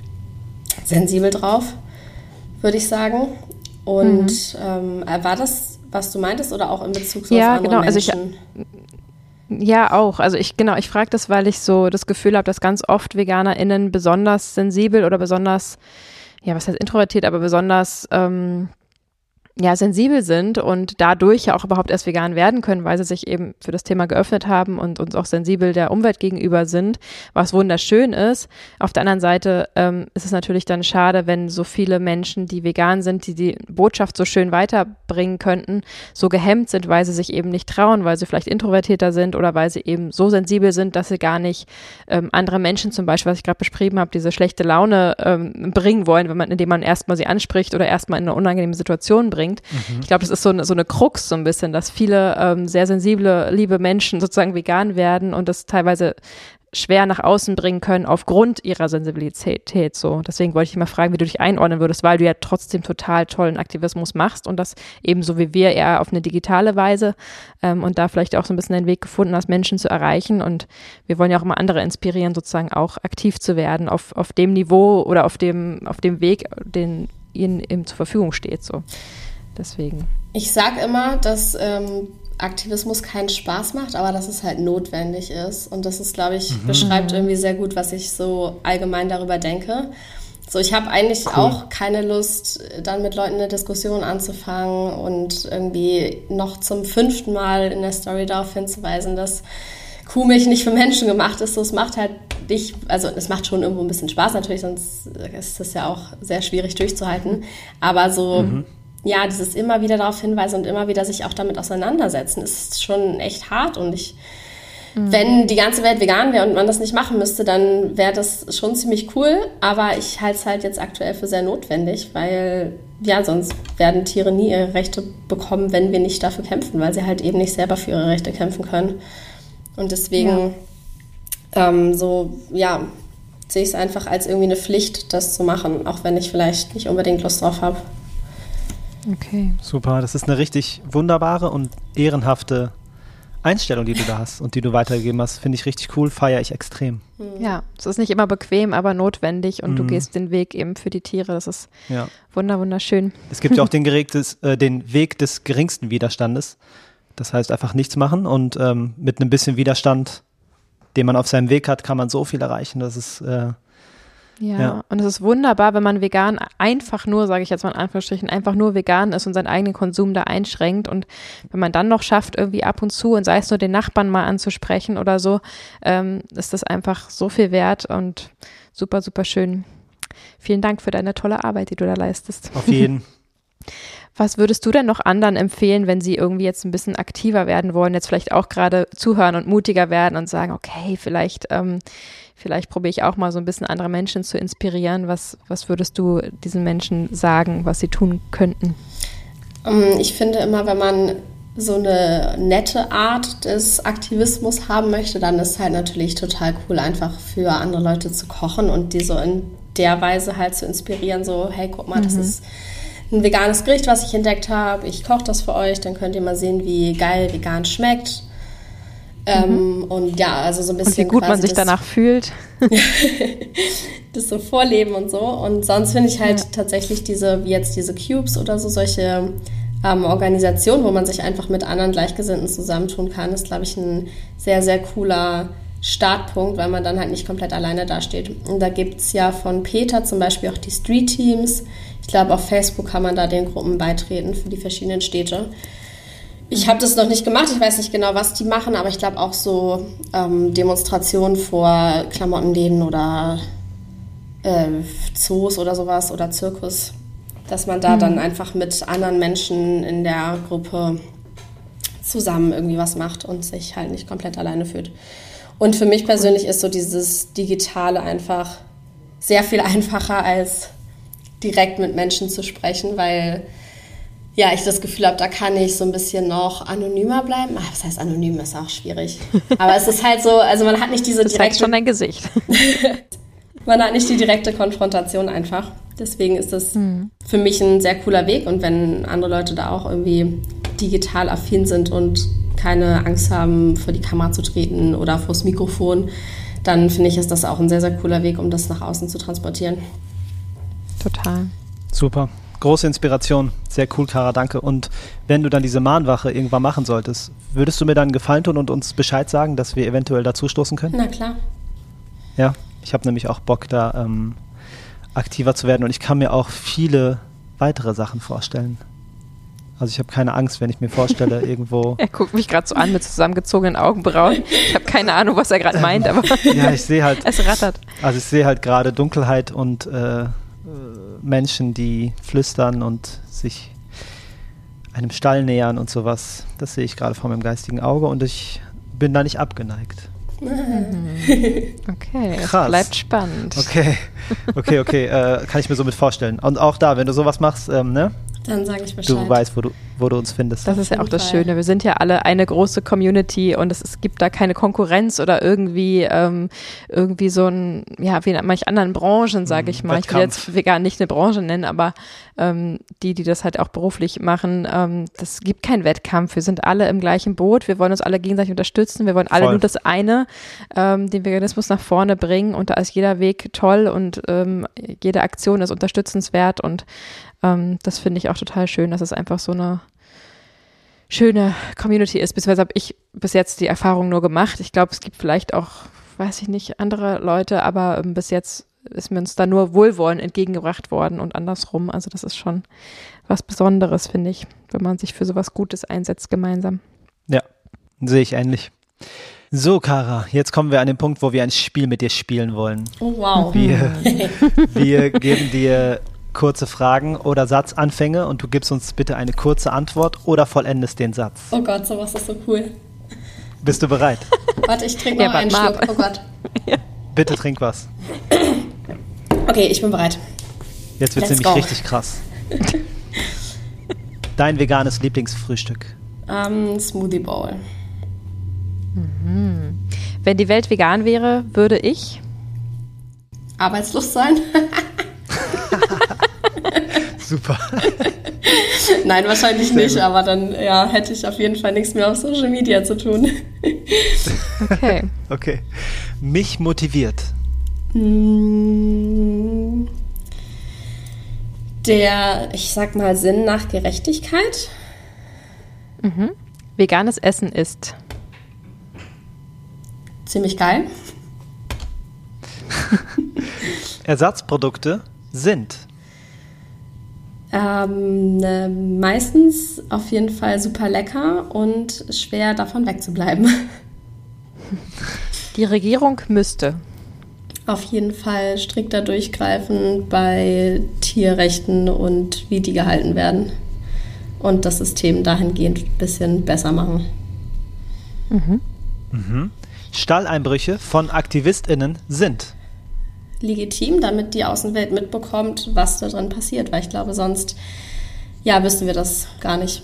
sensibel drauf, würde ich sagen. Und mhm. ähm, war das, was du meintest, oder auch in Bezug so ja, auf andere genau. Menschen? Also ich, ja, auch. Also ich, genau, ich frage das, weil ich so das Gefühl habe, dass ganz oft VeganerInnen besonders sensibel oder besonders, ja, was heißt introvertiert, aber besonders ähm, ja, sensibel sind und dadurch ja auch überhaupt erst vegan werden können, weil sie sich eben für das Thema geöffnet haben und uns auch sensibel der Umwelt gegenüber sind, was wunderschön ist. Auf der anderen Seite ähm, ist es natürlich dann schade, wenn so viele Menschen, die vegan sind, die die Botschaft so schön weiterbringen könnten, so gehemmt sind, weil sie sich eben nicht trauen, weil sie vielleicht introvertierter sind oder weil sie eben so sensibel sind, dass sie gar nicht ähm, andere Menschen zum Beispiel, was ich gerade beschrieben habe, diese schlechte Laune ähm, bringen wollen, wenn man, indem man erstmal sie anspricht oder erstmal in eine unangenehme Situation bringt. Mhm. Ich glaube, das ist so eine, so eine Krux so ein bisschen, dass viele ähm, sehr sensible, liebe Menschen sozusagen vegan werden und das teilweise schwer nach außen bringen können aufgrund ihrer Sensibilität. So. Deswegen wollte ich dich mal fragen, wie du dich einordnen würdest, weil du ja trotzdem total tollen Aktivismus machst und das ebenso wie wir eher auf eine digitale Weise ähm, und da vielleicht auch so ein bisschen einen Weg gefunden hast, Menschen zu erreichen und wir wollen ja auch immer andere inspirieren, sozusagen auch aktiv zu werden auf, auf dem Niveau oder auf dem, auf dem Weg, den ihnen eben zur Verfügung steht. So. Deswegen. Ich sage immer, dass ähm, Aktivismus keinen Spaß macht, aber dass es halt notwendig ist. Und das ist, glaube ich, mhm. beschreibt irgendwie sehr gut, was ich so allgemein darüber denke. So, ich habe eigentlich cool. auch keine Lust, dann mit Leuten eine Diskussion anzufangen und irgendwie noch zum fünften Mal in der Story darauf hinzuweisen, dass Kuhmilch nicht für Menschen gemacht ist. So, es macht halt nicht, also es macht schon irgendwo ein bisschen Spaß natürlich, sonst ist das ja auch sehr schwierig durchzuhalten. Aber so, mhm. ja, dieses immer wieder darauf hinweisen und immer wieder sich auch damit auseinandersetzen, ist schon echt hart. Und ich, mhm. wenn die ganze Welt vegan wäre und man das nicht machen müsste, dann wäre das schon ziemlich cool. Aber ich halte es halt jetzt aktuell für sehr notwendig, weil ja, sonst werden Tiere nie ihre Rechte bekommen, wenn wir nicht dafür kämpfen, weil sie halt eben nicht selber für ihre Rechte kämpfen können. Und deswegen ja. Ähm, so, ja, sehe ich es einfach als irgendwie eine Pflicht, das zu machen, auch wenn ich vielleicht nicht unbedingt Lust drauf habe. Okay. Super, das ist eine richtig wunderbare und ehrenhafte Einstellung, die du da hast und die du weitergegeben hast. Finde ich richtig cool, feiere ich extrem. Ja, es ist nicht immer bequem, aber notwendig und mhm. du gehst den Weg eben für die Tiere. Das ist ja. wunder, wunderschön. Es gibt ja auch den, geregtes, äh, den Weg des geringsten Widerstandes. Das heißt, einfach nichts machen und ähm, mit einem bisschen Widerstand, den man auf seinem Weg hat, kann man so viel erreichen. Das ist äh, ja. ja, und es ist wunderbar, wenn man vegan einfach nur, sage ich jetzt mal in Anführungsstrichen, einfach nur vegan ist und seinen eigenen Konsum da einschränkt und wenn man dann noch schafft, irgendwie ab und zu und sei es nur den Nachbarn mal anzusprechen oder so, ähm, ist das einfach so viel wert und super, super schön. Vielen Dank für deine tolle Arbeit, die du da leistest. Auf jeden. Was würdest du denn noch anderen empfehlen, wenn sie irgendwie jetzt ein bisschen aktiver werden wollen, jetzt vielleicht auch gerade zuhören und mutiger werden und sagen, okay, vielleicht, ähm, vielleicht probiere ich auch mal so ein bisschen andere Menschen zu inspirieren. Was, was würdest du diesen Menschen sagen, was sie tun könnten? Ich finde immer, wenn man so eine nette Art des Aktivismus haben möchte, dann ist es halt natürlich total cool, einfach für andere Leute zu kochen und die so in der Weise halt zu inspirieren, so, hey, guck mal, mhm. das ist ein veganes Gericht, was ich entdeckt habe. Ich koche das für euch, dann könnt ihr mal sehen, wie geil vegan schmeckt. Mhm. Ähm, und ja, also so ein bisschen. Und wie gut man sich das, danach fühlt. das so vorleben und so. Und sonst finde ich halt ja. tatsächlich diese, wie jetzt diese Cubes oder so, solche ähm, Organisationen, wo man sich einfach mit anderen Gleichgesinnten zusammentun kann, ist, glaube ich, ein sehr, sehr cooler Startpunkt, weil man dann halt nicht komplett alleine dasteht. Und da gibt es ja von Peter zum Beispiel auch die Street Teams. Ich glaube, auf Facebook kann man da den Gruppen beitreten für die verschiedenen Städte. Ich habe das noch nicht gemacht, ich weiß nicht genau, was die machen, aber ich glaube auch so ähm, Demonstrationen vor Klamottenläden oder äh, Zoos oder sowas oder Zirkus, dass man da mhm. dann einfach mit anderen Menschen in der Gruppe zusammen irgendwie was macht und sich halt nicht komplett alleine fühlt. Und für mich persönlich ist so dieses Digitale einfach sehr viel einfacher als direkt mit Menschen zu sprechen, weil ja, ich das Gefühl habe, da kann ich so ein bisschen noch anonymer bleiben. Ach, was heißt anonym, ist auch schwierig. Aber es ist halt so, also man hat nicht diese direkte... Das zeigt schon dein Gesicht. Man hat nicht die direkte Konfrontation einfach. Deswegen ist das mhm. für mich ein sehr cooler Weg. Und wenn andere Leute da auch irgendwie digital affin sind und keine Angst haben, vor die Kamera zu treten oder vors Mikrofon, dann finde ich, ist das auch ein sehr, sehr cooler Weg, um das nach außen zu transportieren. Total. Super. Große Inspiration. Sehr cool, Cara, danke. Und wenn du dann diese Mahnwache irgendwann machen solltest, würdest du mir dann einen Gefallen tun und uns Bescheid sagen, dass wir eventuell dazu stoßen können? Na klar. Ja, ich habe nämlich auch Bock, da ähm, aktiver zu werden und ich kann mir auch viele weitere Sachen vorstellen. Also ich habe keine Angst, wenn ich mir vorstelle, irgendwo... Er guckt mich gerade so an mit zusammengezogenen Augenbrauen. Ich habe keine Ahnung, was er gerade meint, aber ja, ich sehe halt... Es rattert. Also ich sehe halt gerade Dunkelheit und äh, Menschen, die flüstern und sich einem Stall nähern und sowas. Das sehe ich gerade vor meinem geistigen Auge und ich bin da nicht abgeneigt. Okay, krass. Es bleibt spannend. Okay, okay, okay, äh, kann ich mir so mit vorstellen. Und auch da, wenn du sowas machst, ähm, ne? Dann sage ich Bescheid. Du weißt, wo du, wo du uns findest. Das ist ja auch das Schöne. Wir sind ja alle eine große Community und es, es gibt da keine Konkurrenz oder irgendwie ähm, irgendwie so ein, ja, wie in manch anderen Branchen, sage ich mal. Wettkampf. Ich will jetzt vegan nicht eine Branche nennen, aber ähm, die, die das halt auch beruflich machen, ähm, das gibt keinen Wettkampf. Wir sind alle im gleichen Boot. Wir wollen uns alle gegenseitig unterstützen. Wir wollen alle Voll. nur das eine, ähm, den Veganismus nach vorne bringen und da ist jeder Weg toll und ähm, jede Aktion ist unterstützenswert und Ähm, das finde ich auch total schön, dass es einfach so eine schöne Community ist. Beziehungsweise habe ich bis jetzt die Erfahrung nur gemacht. Ich glaube, es gibt vielleicht auch, weiß ich nicht, andere Leute, aber ähm, bis jetzt ist mir uns da nur Wohlwollen entgegengebracht worden und andersrum. Also das ist schon was Besonderes, finde ich, wenn man sich für sowas Gutes einsetzt gemeinsam. Ja, sehe ich ähnlich. So, Kara, jetzt kommen wir an den Punkt, wo wir ein Spiel mit dir spielen wollen. Oh, wow. Wir, wir geben dir kurze Fragen oder Satzanfänge und du gibst uns bitte eine kurze Antwort oder vollendest den Satz. Oh Gott, sowas ist so cool. Bist du bereit? Warte, ich trinke Ja, noch einen warte mal Schluck. Oh Gott. Bitte trink was. Okay, ich bin bereit. Jetzt wird es Let's nämlich go. richtig krass. Dein veganes Lieblingsfrühstück. Ähm, Smoothie Bowl. Wenn die Welt vegan wäre, würde ich Arbeitslos sein? Super. Nein, wahrscheinlich Sehr nicht, gut. aber dann ja, hätte ich auf jeden Fall nichts mehr auf Social Media zu tun. Okay. Okay. Mich motiviert. Hm, Der, ich sag mal, Sinn nach Gerechtigkeit. Mhm. Veganes Essen ist Ziemlich geil. Ersatzprodukte sind. Ähm, äh, meistens auf jeden Fall super lecker und schwer davon wegzubleiben. die Regierung müsste. Auf jeden Fall strikter durchgreifen bei Tierrechten und wie die gehalten werden. Und das System dahingehend ein bisschen besser machen. Mhm. Stalleinbrüche von AktivistInnen sind. Legitim, damit die Außenwelt mitbekommt, was da drin passiert. Weil ich glaube, sonst ja, wüssten wir das gar nicht.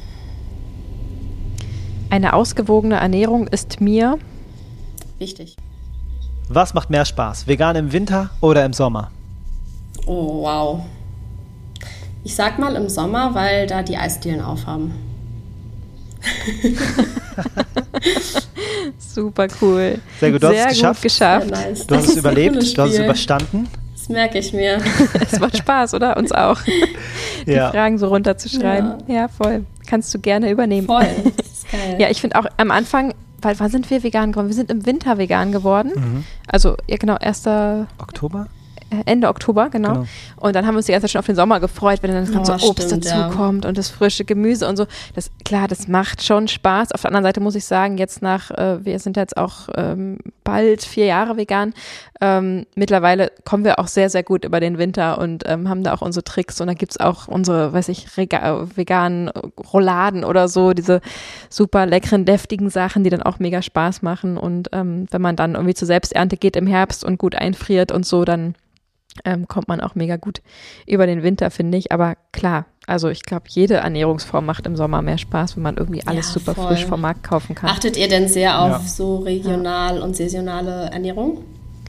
Eine ausgewogene Ernährung ist mir Wichtig. Was macht mehr Spaß? Vegan im Winter oder im Sommer? Oh, wow. Ich sag mal im Sommer, weil da die Eisdielen aufhaben. super cool. Sehr gut, du hast Sehr es geschafft. gut geschafft. Sehr nice. Du hast Das es ist ein überlebt, cooles du hast es Spiel. überstanden. Das merke ich mir. Es macht Spaß, oder? Uns auch. Die Ja. Fragen so runterzuschreiben. Ja. ja, voll. Kannst du gerne übernehmen. Voll. Das ist geil. Ja, ich finde auch am Anfang, weil wann sind wir vegan geworden? Wir sind im Winter vegan geworden. Mhm. Also, ja genau, erster Oktober? Ende Oktober, genau. Genau. Und dann haben wir uns die ganze Zeit schon auf den Sommer gefreut, wenn dann Oh, so Obst stimmt, dazu ja. kommt und das frische Gemüse und so. Das, klar, das macht schon Spaß. Auf der anderen Seite muss ich sagen, jetzt nach, äh, wir sind jetzt auch ähm, bald vier Jahre vegan. Ähm, mittlerweile kommen wir auch sehr, sehr gut über den Winter und ähm, haben da auch unsere Tricks. Und da gibt's auch unsere, weiß ich, rega- veganen Rouladen oder so, diese super leckeren, deftigen Sachen, die dann auch mega Spaß machen. Und ähm, wenn man dann irgendwie zur Selbsternte geht im Herbst und gut einfriert und so, dann Ähm, kommt man auch mega gut über den Winter, finde ich. Aber klar, also ich glaube, jede Ernährungsform macht im Sommer mehr Spaß, wenn man irgendwie alles Ja, super voll. frisch vom Markt kaufen kann. Achtet ihr denn sehr auf Ja. so regional und saisonale Ernährung?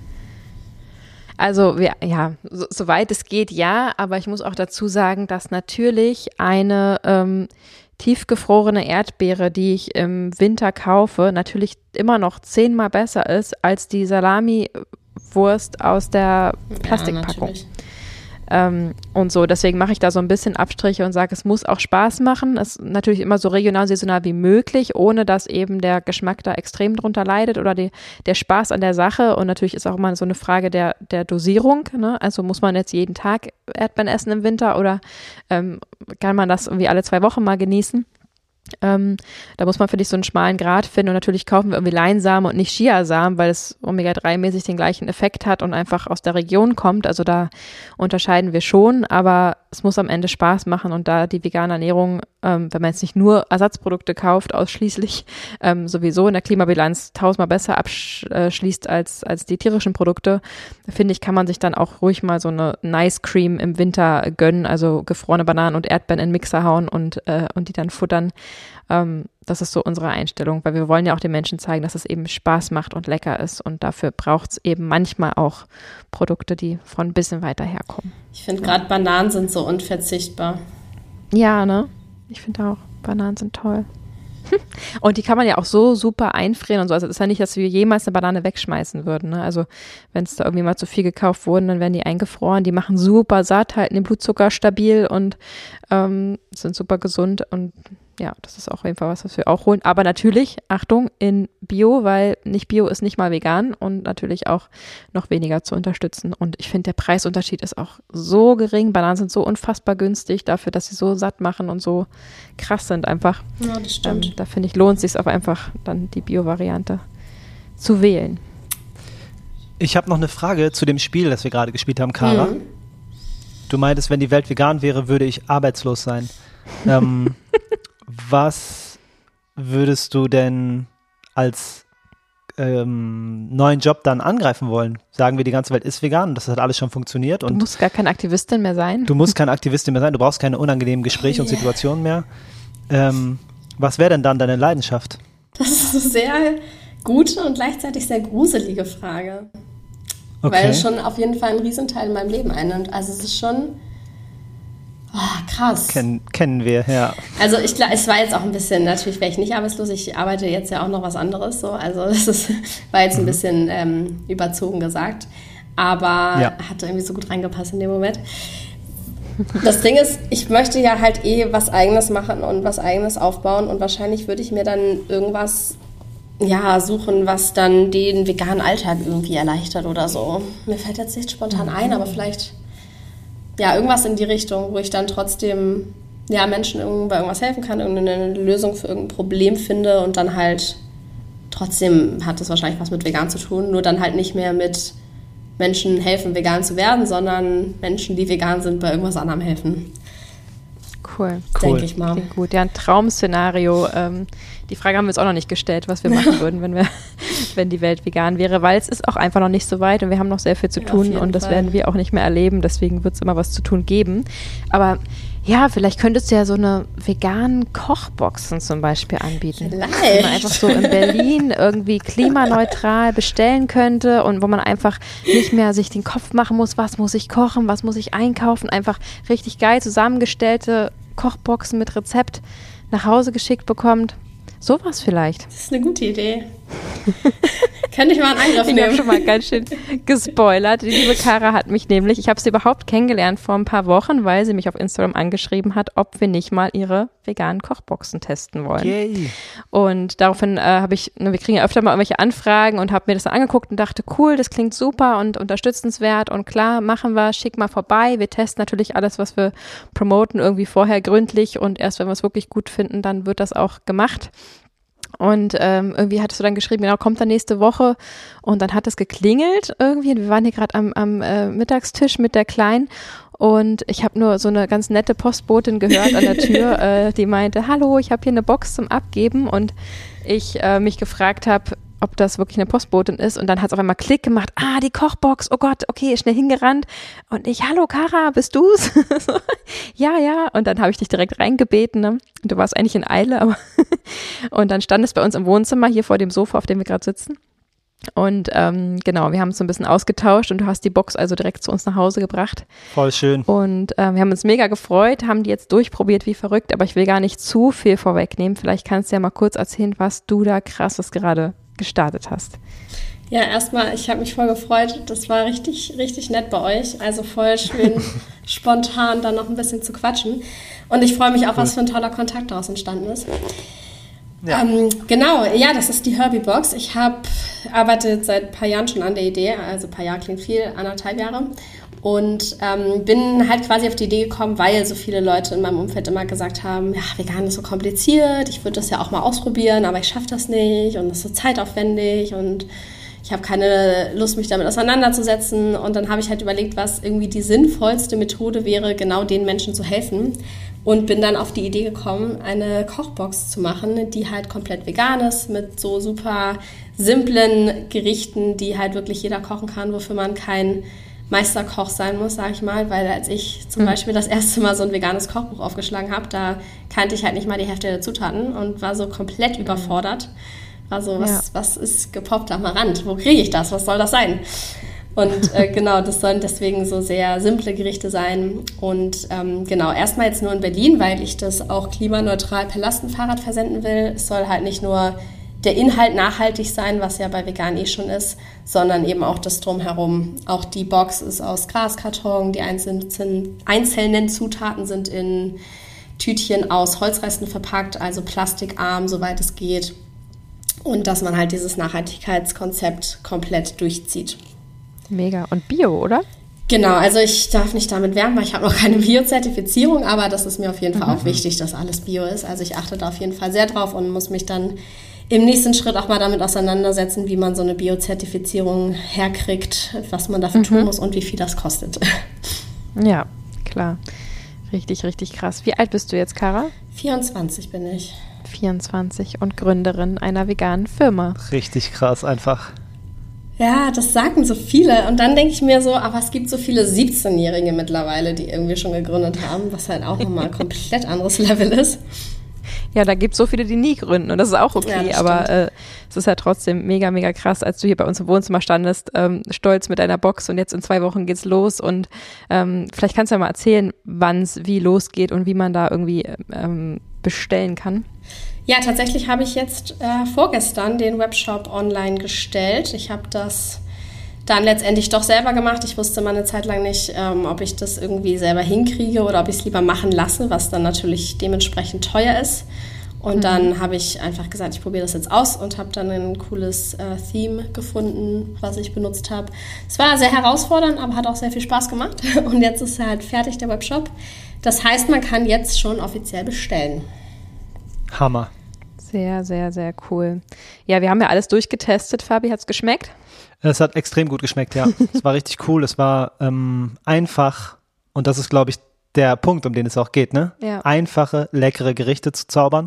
Also wir, ja, so, soweit es geht, ja. Aber ich muss auch dazu sagen, dass natürlich eine ähm, tiefgefrorene Erdbeere, die ich im Winter kaufe, natürlich immer noch zehnmal besser ist als die Salami-Wurst aus der Plastikpackung. Ja, natürlich. Ähm, und so, deswegen mache ich da so ein bisschen Abstriche und sage, es muss auch Spaß machen. Es ist natürlich immer so regional, saisonal wie möglich, ohne dass eben der Geschmack da extrem drunter leidet oder die, der Spaß an der Sache. Und natürlich ist auch immer so eine Frage der, der Dosierung, ne? Also muss man jetzt jeden Tag Erdbeeren essen im Winter oder ähm, kann man das irgendwie alle zwei Wochen mal genießen? Ähm, da muss man, finde ich, so einen schmalen Grat finden und natürlich kaufen wir irgendwie Leinsamen und nicht Chiasamen, weil es Omega drei mäßig den gleichen Effekt hat und einfach aus der Region kommt, also da unterscheiden wir schon, aber es muss am Ende Spaß machen und da die vegane Ernährung, ähm, wenn man jetzt nicht nur Ersatzprodukte kauft, ausschließlich ähm, sowieso in der Klimabilanz tausendmal besser abschließt als, als die tierischen Produkte, finde ich, kann man sich dann auch ruhig mal so eine Nice Cream im Winter gönnen, also gefrorene Bananen und Erdbeeren in den Mixer hauen und, äh, und die dann futtern. Ähm, das ist so unsere Einstellung, weil wir wollen ja auch den Menschen zeigen, dass es eben Spaß macht und lecker ist und dafür braucht es eben manchmal auch Produkte, die von ein bisschen weiter herkommen. Ich finde gerade Bananen sind so unverzichtbar. Ja, ne? Ich finde auch, Bananen sind toll. Und die kann man ja auch so super einfrieren und so. Also es ist ja nicht, dass wir jemals eine Banane wegschmeißen würden. Ne? Also wenn es da irgendwie mal zu viel gekauft wurden, dann werden die eingefroren. Die machen super satt, halten den Blutzucker stabil und ähm, sind super gesund. Und ja, das ist auch auf jeden Fall was, was wir auch holen. Aber natürlich, Achtung, in Bio, weil nicht Bio ist nicht mal vegan und natürlich auch noch weniger zu unterstützen. Und ich finde, der Preisunterschied ist auch so gering. Bananen sind so unfassbar günstig dafür, dass sie so satt machen und so krass sind einfach. Ja, das stimmt. Ähm, da finde ich, lohnt es sich auch einfach, dann die Bio-Variante zu wählen. Ich habe noch eine Frage zu dem Spiel, das wir gerade gespielt haben, Cara. Mhm. Du meintest, wenn die Welt vegan wäre, würde ich arbeitslos sein. ähm, was würdest du denn als ähm, neuen Job dann angreifen wollen? Sagen wir, die ganze Welt ist vegan und das hat alles schon funktioniert. Und du musst gar keine Aktivistin mehr sein. Du musst keine Aktivistin mehr sein, du brauchst keine unangenehmen Gespräche oh, yeah. und Situationen mehr. Ähm, was wäre denn dann deine Leidenschaft? Das ist eine sehr gute und gleichzeitig sehr gruselige Frage. Okay. Weil es schon auf jeden Fall einen Riesenteil in meinem Leben einnimmt. Also es ist schon oh, krass. Ken, kennen wir, ja. Also ich glaube, es war jetzt auch ein bisschen, natürlich wäre ich nicht arbeitslos, ich arbeite jetzt ja auch noch was anderes. So. Also das ist, war jetzt ein bisschen ähm, überzogen gesagt. Aber ja. hat irgendwie so gut reingepasst in dem Moment. Das Ding ist, ich möchte ja halt eh was Eigenes machen und was Eigenes aufbauen. Und wahrscheinlich würde ich mir dann irgendwas ja, suchen, was dann den veganen Alltag irgendwie erleichtert oder so. Mir fällt jetzt nicht spontan ein, aber vielleicht ja, irgendwas in die Richtung, wo ich dann trotzdem ja, Menschen bei irgendwas helfen kann, irgendeine Lösung für irgendein Problem finde und dann halt trotzdem hat das wahrscheinlich was mit vegan zu tun, nur dann halt nicht mehr mit Menschen helfen, vegan zu werden, sondern Menschen, die vegan sind, bei irgendwas anderem helfen. Cool. Denke cool. ich mal. Klingt gut. Ja, ein Traum-Szenario. Ähm, die Frage haben wir uns auch noch nicht gestellt, was wir machen würden, wenn wir, wenn die Welt vegan wäre, weil es ist auch einfach noch nicht so weit und wir haben noch sehr viel zu tun ja, und das Fall. werden wir auch nicht mehr erleben, deswegen wird es immer was zu tun geben. Aber ja, vielleicht könntest du ja so eine veganen Kochboxen zum Beispiel anbieten. Vielleicht. Die man einfach so in Berlin irgendwie klimaneutral bestellen könnte und wo man einfach nicht mehr sich den Kopf machen muss, was muss ich kochen, was muss ich einkaufen, einfach richtig geil zusammengestellte Kochboxen mit Rezept nach Hause geschickt bekommt. Sowas vielleicht. Das ist eine gute Idee. Könnte ich mal einen Angriff nehmen. Ich habe schon mal ganz schön gespoilert. Die liebe Cara hat mich nämlich, ich habe sie überhaupt kennengelernt vor ein paar Wochen, weil sie mich auf Instagram angeschrieben hat, ob wir nicht mal ihre veganen Kochboxen testen wollen. Yay. Und daraufhin äh, habe ich, ne, wir kriegen ja öfter mal irgendwelche Anfragen und habe mir das dann angeguckt und dachte, cool, das klingt super und unterstützenswert und klar, machen wir, schick mal vorbei. Wir testen natürlich alles, was wir promoten, irgendwie vorher gründlich und erst wenn wir es wirklich gut finden, dann wird das auch gemacht. Und ähm, irgendwie hattest du dann geschrieben, genau, kommt dann nächste Woche. Und dann hat es geklingelt irgendwie. Wir waren hier gerade am, am äh, Mittagstisch mit der Kleinen. Und ich habe nur so eine ganz nette Postbotin gehört an der Tür, äh, die meinte, hallo, ich habe hier eine Box zum Abgeben. Und ich äh, mich gefragt habe, ob das wirklich eine Postbotin ist. Und dann hat es auf einmal Klick gemacht. Ah, die Kochbox. Oh Gott, okay, schnell hingerannt. Und ich, hallo Cara, bist du's? so, ja, ja. Und dann habe ich dich direkt reingebeten. Ne? Und du warst eigentlich in Eile. aber Und dann stand es bei uns im Wohnzimmer, hier vor dem Sofa, auf dem wir gerade sitzen. Und ähm, genau, wir haben uns so ein bisschen ausgetauscht und du hast die Box also direkt zu uns nach Hause gebracht. Voll schön. Und äh, wir haben uns mega gefreut, haben die jetzt durchprobiert wie verrückt, aber ich will gar nicht zu viel vorwegnehmen. Vielleicht kannst du ja mal kurz erzählen, was du da krasses gerade gestartet hast. Ja, erstmal, ich habe mich voll gefreut. Das war richtig, richtig nett bei euch. Also voll schön spontan dann noch ein bisschen zu quatschen. Und ich freue mich auch, cool. was für ein toller Kontakt daraus entstanden ist. Ja. Ähm, genau, ja, das ist die Herbie-Box. Ich habe arbeite seit ein paar Jahren schon an der Idee, also ein paar Jahre klingt viel, anderthalb Jahre. Und ähm, bin halt quasi auf die Idee gekommen, weil so viele Leute in meinem Umfeld immer gesagt haben, ja, vegan ist so kompliziert, ich würde das ja auch mal ausprobieren, aber ich schaffe das nicht und das ist so zeitaufwendig und ich habe keine Lust, mich damit auseinanderzusetzen. Und dann habe ich halt überlegt, was irgendwie die sinnvollste Methode wäre, genau den Menschen zu helfen. Und bin dann auf die Idee gekommen, eine Kochbox zu machen, die halt komplett vegan ist, mit so super simplen Gerichten, die halt wirklich jeder kochen kann, wofür man kein Meisterkoch sein muss, sage ich mal. Weil als ich zum mhm. Beispiel das erste Mal so ein veganes Kochbuch aufgeschlagen habe, da kannte ich halt nicht mal die Hälfte der Zutaten und war so komplett überfordert. War so, was, ja. was ist gepoppt am Rand? Wo kriege ich das? Was soll das sein? Und äh, genau, das sollen deswegen so sehr simple Gerichte sein. Und ähm, genau, erstmal jetzt nur in Berlin, weil ich das auch klimaneutral per Lastenfahrrad versenden will. Es soll halt nicht nur der Inhalt nachhaltig sein, was ja bei vegan eh schon ist, sondern eben auch das Drumherum. Auch die Box ist aus Glaskarton, die einzelnen, einzelnen Zutaten sind in Tütchen aus Holzresten verpackt, also plastikarm, soweit es geht. Und dass man halt dieses Nachhaltigkeitskonzept komplett durchzieht. Mega. Und Bio, oder? Genau, also ich darf nicht damit werben, weil ich habe noch keine Bio-Zertifizierung, aber das ist mir auf jeden Fall mhm. auch wichtig, dass alles Bio ist. Also ich achte da auf jeden Fall sehr drauf und muss mich dann im nächsten Schritt auch mal damit auseinandersetzen, wie man so eine Bio-Zertifizierung herkriegt, was man dafür mhm. tun muss und wie viel das kostet. Ja, klar. Richtig, richtig krass. Wie alt bist du jetzt, Cara? vierundzwanzig bin ich. vierundzwanzig und Gründerin einer veganen Firma. Richtig krass einfach. Ja, das sagen so viele. Und dann denke ich mir so, aber es gibt so viele siebzehnjährige mittlerweile, die irgendwie schon gegründet haben, was halt auch nochmal ein komplett anderes Level ist. Ja, da gibt es so viele, die nie gründen und das ist auch okay, ja, aber äh, es ist ja trotzdem mega, mega krass, als du hier bei uns im Wohnzimmer standest, ähm, stolz mit deiner Box und jetzt in zwei Wochen geht's los und ähm, vielleicht kannst du ja mal erzählen, wann es wie losgeht und wie man da irgendwie ähm, bestellen kann. Ja, tatsächlich habe ich jetzt äh, vorgestern den Webshop online gestellt. Ich habe das dann letztendlich doch selber gemacht. Ich wusste mal eine Zeit lang nicht, ähm, ob ich das irgendwie selber hinkriege oder ob ich es lieber machen lasse, was dann natürlich dementsprechend teuer ist. Und mhm. dann habe ich einfach gesagt, ich probiere das jetzt aus und habe dann ein cooles äh, Theme gefunden, was ich benutzt habe. Es war sehr herausfordernd, aber hat auch sehr viel Spaß gemacht. Und jetzt ist halt fertig, der Webshop. Das heißt, man kann jetzt schon offiziell bestellen. Hammer. Sehr, sehr, sehr cool. Ja, wir haben ja alles durchgetestet. Fabi, hat's geschmeckt? Es hat extrem gut geschmeckt, ja. Es war richtig cool. Es war ähm, einfach und das ist, glaube ich, der Punkt, um den es auch geht, ne? Ja. Einfache, leckere Gerichte zu zaubern.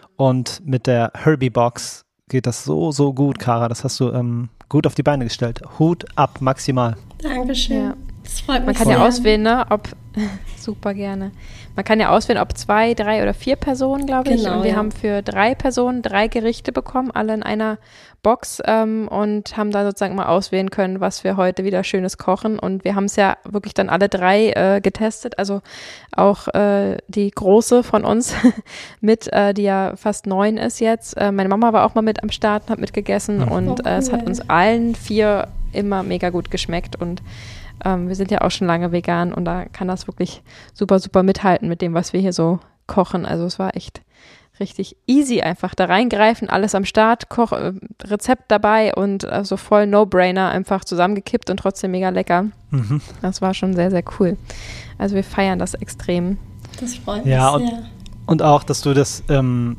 Und mit der Herbie-Box geht das so, so gut, Cara. Das hast du ähm, gut auf die Beine gestellt. Hut ab, maximal. Dankeschön. Ja. Das freut mich Man kann sehr. ja auswählen, ne, ob, super gerne. Man kann ja auswählen, ob zwei, drei oder vier Personen, glaube ich. Genau, und wir ja. haben für drei Personen drei Gerichte bekommen, alle in einer Box ähm, und haben da sozusagen mal auswählen können, was wir heute wieder Schönes kochen. Und wir haben es ja wirklich dann alle drei äh, getestet. Also auch äh, die Große von uns mit, äh, die ja fast neun ist jetzt. Äh, meine Mama war auch mal mit am Start und hat mitgegessen. Mhm. Und oh, cool. äh, es hat uns allen vier immer mega gut geschmeckt. Und ähm, wir sind ja auch schon lange vegan und da kann das wirklich super, super mithalten mit dem, was wir hier so kochen. Also es war echt richtig easy einfach. Da reingreifen, alles am Start, Koch, äh, Rezept dabei und äh, so voll No-Brainer einfach zusammengekippt und trotzdem mega lecker. Mhm. Das war schon sehr, sehr cool. Also wir feiern das extrem. Das freut mich ja, sehr. Und, und auch, dass du das ähm,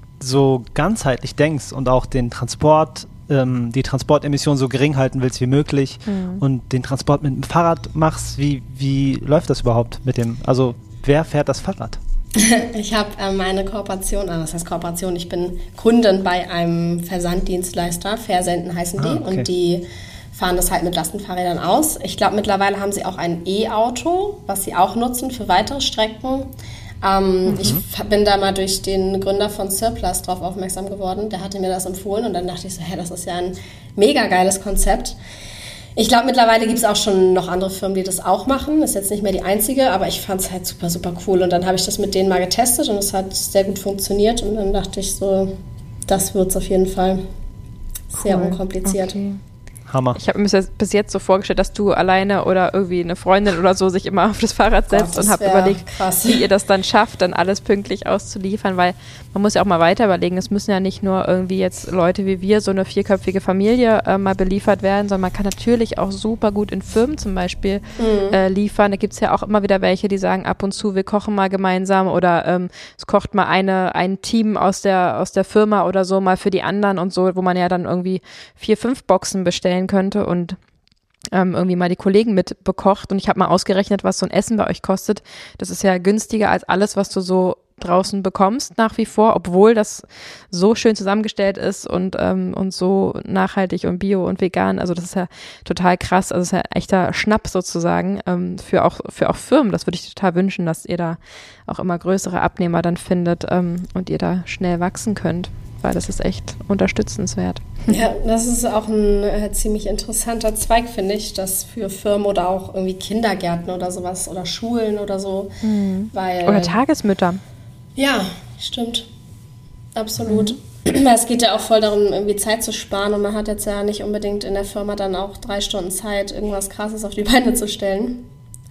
so ganzheitlich denkst und auch den Transport, ähm, die Transportemission so gering halten willst wie möglich mhm. und den Transport mit dem Fahrrad machst. Wie, wie läuft das überhaupt mit dem, also wer fährt das Fahrrad? Ich habe äh, meine Kooperation, also das heißt Kooperation, ich bin Kundin bei einem Versanddienstleister, Versenden heißen die, ah, okay. Und die fahren das halt mit Lastenfahrrädern aus. Ich glaube, mittlerweile haben sie auch ein E-Auto, was sie auch nutzen für weitere Strecken. Ähm, mhm. Ich bin da mal durch den Gründer von Surplus drauf aufmerksam geworden, der hatte mir das empfohlen und dann dachte ich so, hä, das ist ja ein mega geiles Konzept. Ich glaube, mittlerweile gibt es auch schon noch andere Firmen, die das auch machen. Ist jetzt nicht mehr die einzige, aber ich fand es halt super, super cool. Und dann habe ich das mit denen mal getestet und es hat sehr gut funktioniert. Und dann dachte ich so, das wird es auf jeden Fall. Sehr cool. Unkompliziert. Okay. Hammer. Ich habe mir das bis jetzt so vorgestellt, dass du alleine oder irgendwie eine Freundin oder so sich immer auf das Fahrrad setzt Gott, und habe überlegt, krass. Wie ihr das dann schafft, dann alles pünktlich auszuliefern, weil man muss ja auch mal weiter überlegen, es müssen ja nicht nur irgendwie jetzt Leute wie wir, so eine vierköpfige Familie äh, mal beliefert werden, sondern man kann natürlich auch super gut in Firmen zum Beispiel mhm. äh, liefern. Da gibt es ja auch immer wieder welche, die sagen ab und zu, wir kochen mal gemeinsam oder ähm, es kocht mal eine ein Team aus der, aus der Firma oder so mal für die anderen und so, wo man ja dann irgendwie vier, fünf Boxen bestellen könnte und ähm, irgendwie mal die Kollegen mit bekocht und ich habe mal ausgerechnet, was so ein Essen bei euch kostet. Das ist ja günstiger als alles, was du so draußen bekommst nach wie vor, obwohl das so schön zusammengestellt ist und ähm, und so nachhaltig und bio und vegan. Also das ist ja total krass. Also das ist ja echter Schnapp sozusagen ähm, für auch für auch Firmen. Das würde ich total wünschen, dass ihr da auch immer größere Abnehmer dann findet ähm, und ihr da schnell wachsen könnt, weil das ist echt unterstützenswert. Ja, das ist auch ein äh, ziemlich interessanter Zweig, finde ich, dass für Firmen oder auch irgendwie Kindergärten oder sowas oder Schulen oder so. Mhm. Weil, oder Tagesmütter. Ja, stimmt. Absolut. Mhm. Es geht ja auch voll darum, irgendwie Zeit zu sparen und man hat jetzt ja nicht unbedingt in der Firma dann auch drei Stunden Zeit, irgendwas Krasses auf die Beine zu stellen. Ja.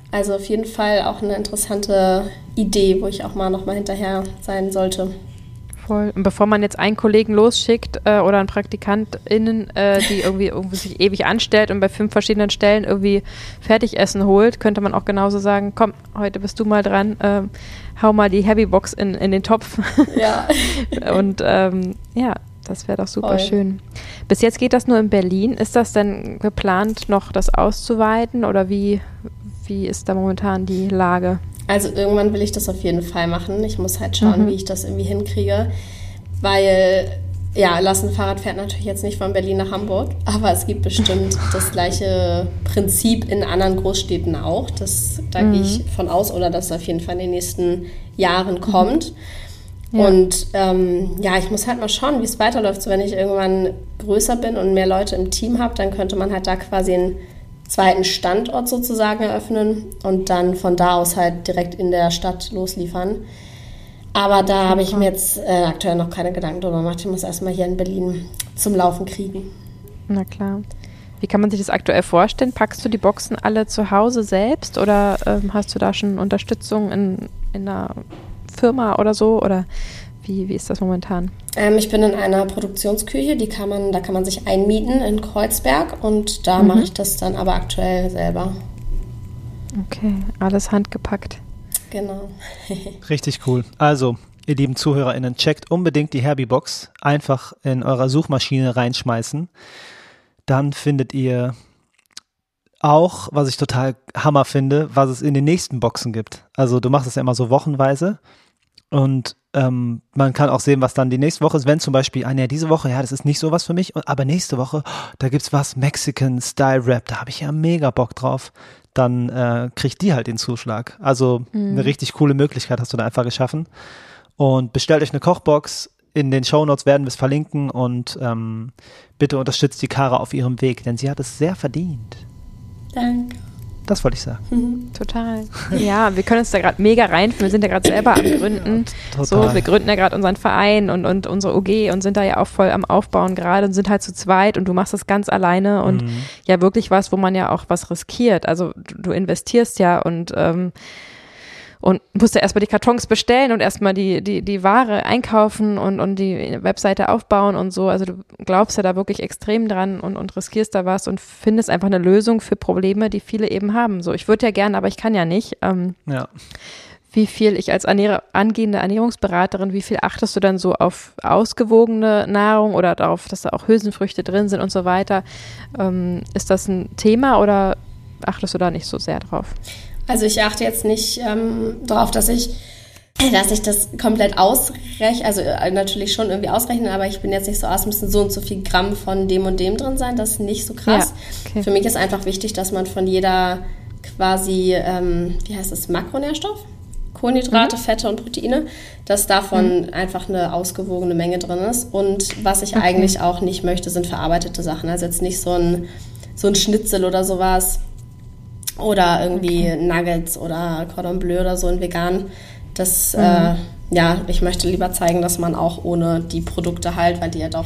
Also auf jeden Fall auch eine interessante Idee, wo ich auch mal nochmal hinterher sein sollte. Voll. Und bevor man jetzt einen Kollegen losschickt äh, oder einen PraktikantInnen, äh, die irgendwie, irgendwie sich ewig anstellt und bei fünf verschiedenen Stellen irgendwie Fertigessen holt, könnte man auch genauso sagen, komm, heute bist du mal dran, äh, hau mal die Heavybox in, in den Topf. Ja. Und ähm, ja, das wäre doch super Voll. Schön. Bis jetzt geht das nur in Berlin. Ist das denn geplant, noch das auszuweiten oder wie, wie ist da momentan die Lage? Also irgendwann will ich das auf jeden Fall machen. Ich muss halt schauen, Mhm. wie ich das irgendwie hinkriege, weil, ja, Lastenfahrrad fährt natürlich jetzt nicht von Berlin nach Hamburg, aber es gibt bestimmt das gleiche Prinzip in anderen Großstädten auch. Das, da Mhm. gehe ich von aus, oder dass es auf jeden Fall in den nächsten Jahren kommt. Ja. Und ähm, ja, ich muss halt mal schauen, wie es weiterläuft. So, wenn ich irgendwann größer bin und mehr Leute im Team habe, dann könnte man halt da quasi einen zweiten Standort sozusagen eröffnen und dann von da aus halt direkt in der Stadt losliefern. Aber da habe ich mir jetzt äh, aktuell noch keine Gedanken drüber gemacht. Ich muss erstmal hier in Berlin zum Laufen kriegen. Na klar. Wie kann man sich das aktuell vorstellen? Packst du die Boxen alle zu Hause selbst oder ähm, hast du da schon Unterstützung in, in einer Firma oder so? Oder wie, wie ist das momentan? Ähm, ich bin in einer Produktionsküche, die kann man, da kann man sich einmieten in Kreuzberg und da Mhm. mache ich das dann aber aktuell selber. Okay, alles handgepackt. Genau. Richtig cool. Also, ihr lieben ZuhörerInnen, checkt unbedingt die Herbie-Box. Einfach in eurer Suchmaschine reinschmeißen. Dann findet ihr auch, was ich total Hammer finde, was es in den nächsten Boxen gibt. Also du machst es ja immer so wochenweise und ähm, man kann auch sehen, was dann die nächste Woche ist. Wenn zum Beispiel, ah, ja, diese Woche, ja, das ist nicht so was für mich, und, aber nächste Woche, oh, da gibt's was, Mexican Style Rap, da habe ich ja mega Bock drauf. Dann äh, kriegt die halt den Zuschlag. Also Mhm. eine richtig coole Möglichkeit hast du da einfach geschaffen. Und bestellt euch eine Kochbox. In den Shownotes werden wir es verlinken und ähm, bitte unterstützt die Kara auf ihrem Weg, denn sie hat es sehr verdient. Danke. Das wollte ich sagen. Total. Ja, wir können uns da gerade mega reinfinden. Wir sind ja gerade selber am Gründen. Total. So, wir gründen ja gerade unseren Verein und, und unsere O G und sind da ja auch voll am Aufbauen gerade und sind halt zu zweit und du machst das ganz alleine und Mhm. ja wirklich was, wo man ja auch was riskiert. Also du, du investierst ja und ähm, und musst ja erstmal die Kartons bestellen und erstmal die, die, die Ware einkaufen und, und die Webseite aufbauen und so. Also du glaubst ja da wirklich extrem dran und, und riskierst da was und findest einfach eine Lösung für Probleme, die viele eben haben. So, ich würde ja gerne, aber ich kann ja nicht. Ähm, Ja. wie viel ich als Ernähr- angehende Ernährungsberaterin, wie viel achtest du dann so auf ausgewogene Nahrung oder darauf, dass da auch Hülsenfrüchte drin sind und so weiter? Ähm, ist das ein Thema oder achtest du da nicht so sehr drauf? Also ich achte jetzt nicht ähm, darauf, dass ich, dass ich das komplett ausrechne, also äh, natürlich schon irgendwie ausrechnen, aber ich bin jetzt nicht so aus, müssen so und so viel Gramm von dem und dem drin sein, das ist nicht so krass. Ja, okay. Für mich ist einfach wichtig, dass man von jeder quasi, ähm, wie heißt das, Makronährstoff? Kohlenhydrate, Mhm. Fette und Proteine, dass davon Mhm. einfach eine ausgewogene Menge drin ist. Und was ich Okay. eigentlich auch nicht möchte, sind verarbeitete Sachen. Also jetzt nicht so ein, so ein Schnitzel oder sowas. Oder irgendwie Okay. Nuggets oder Cordon Bleu oder so in vegan. Das, Mhm. äh, ja, ich möchte lieber zeigen, dass man auch ohne die Produkte halt, weil die ja doch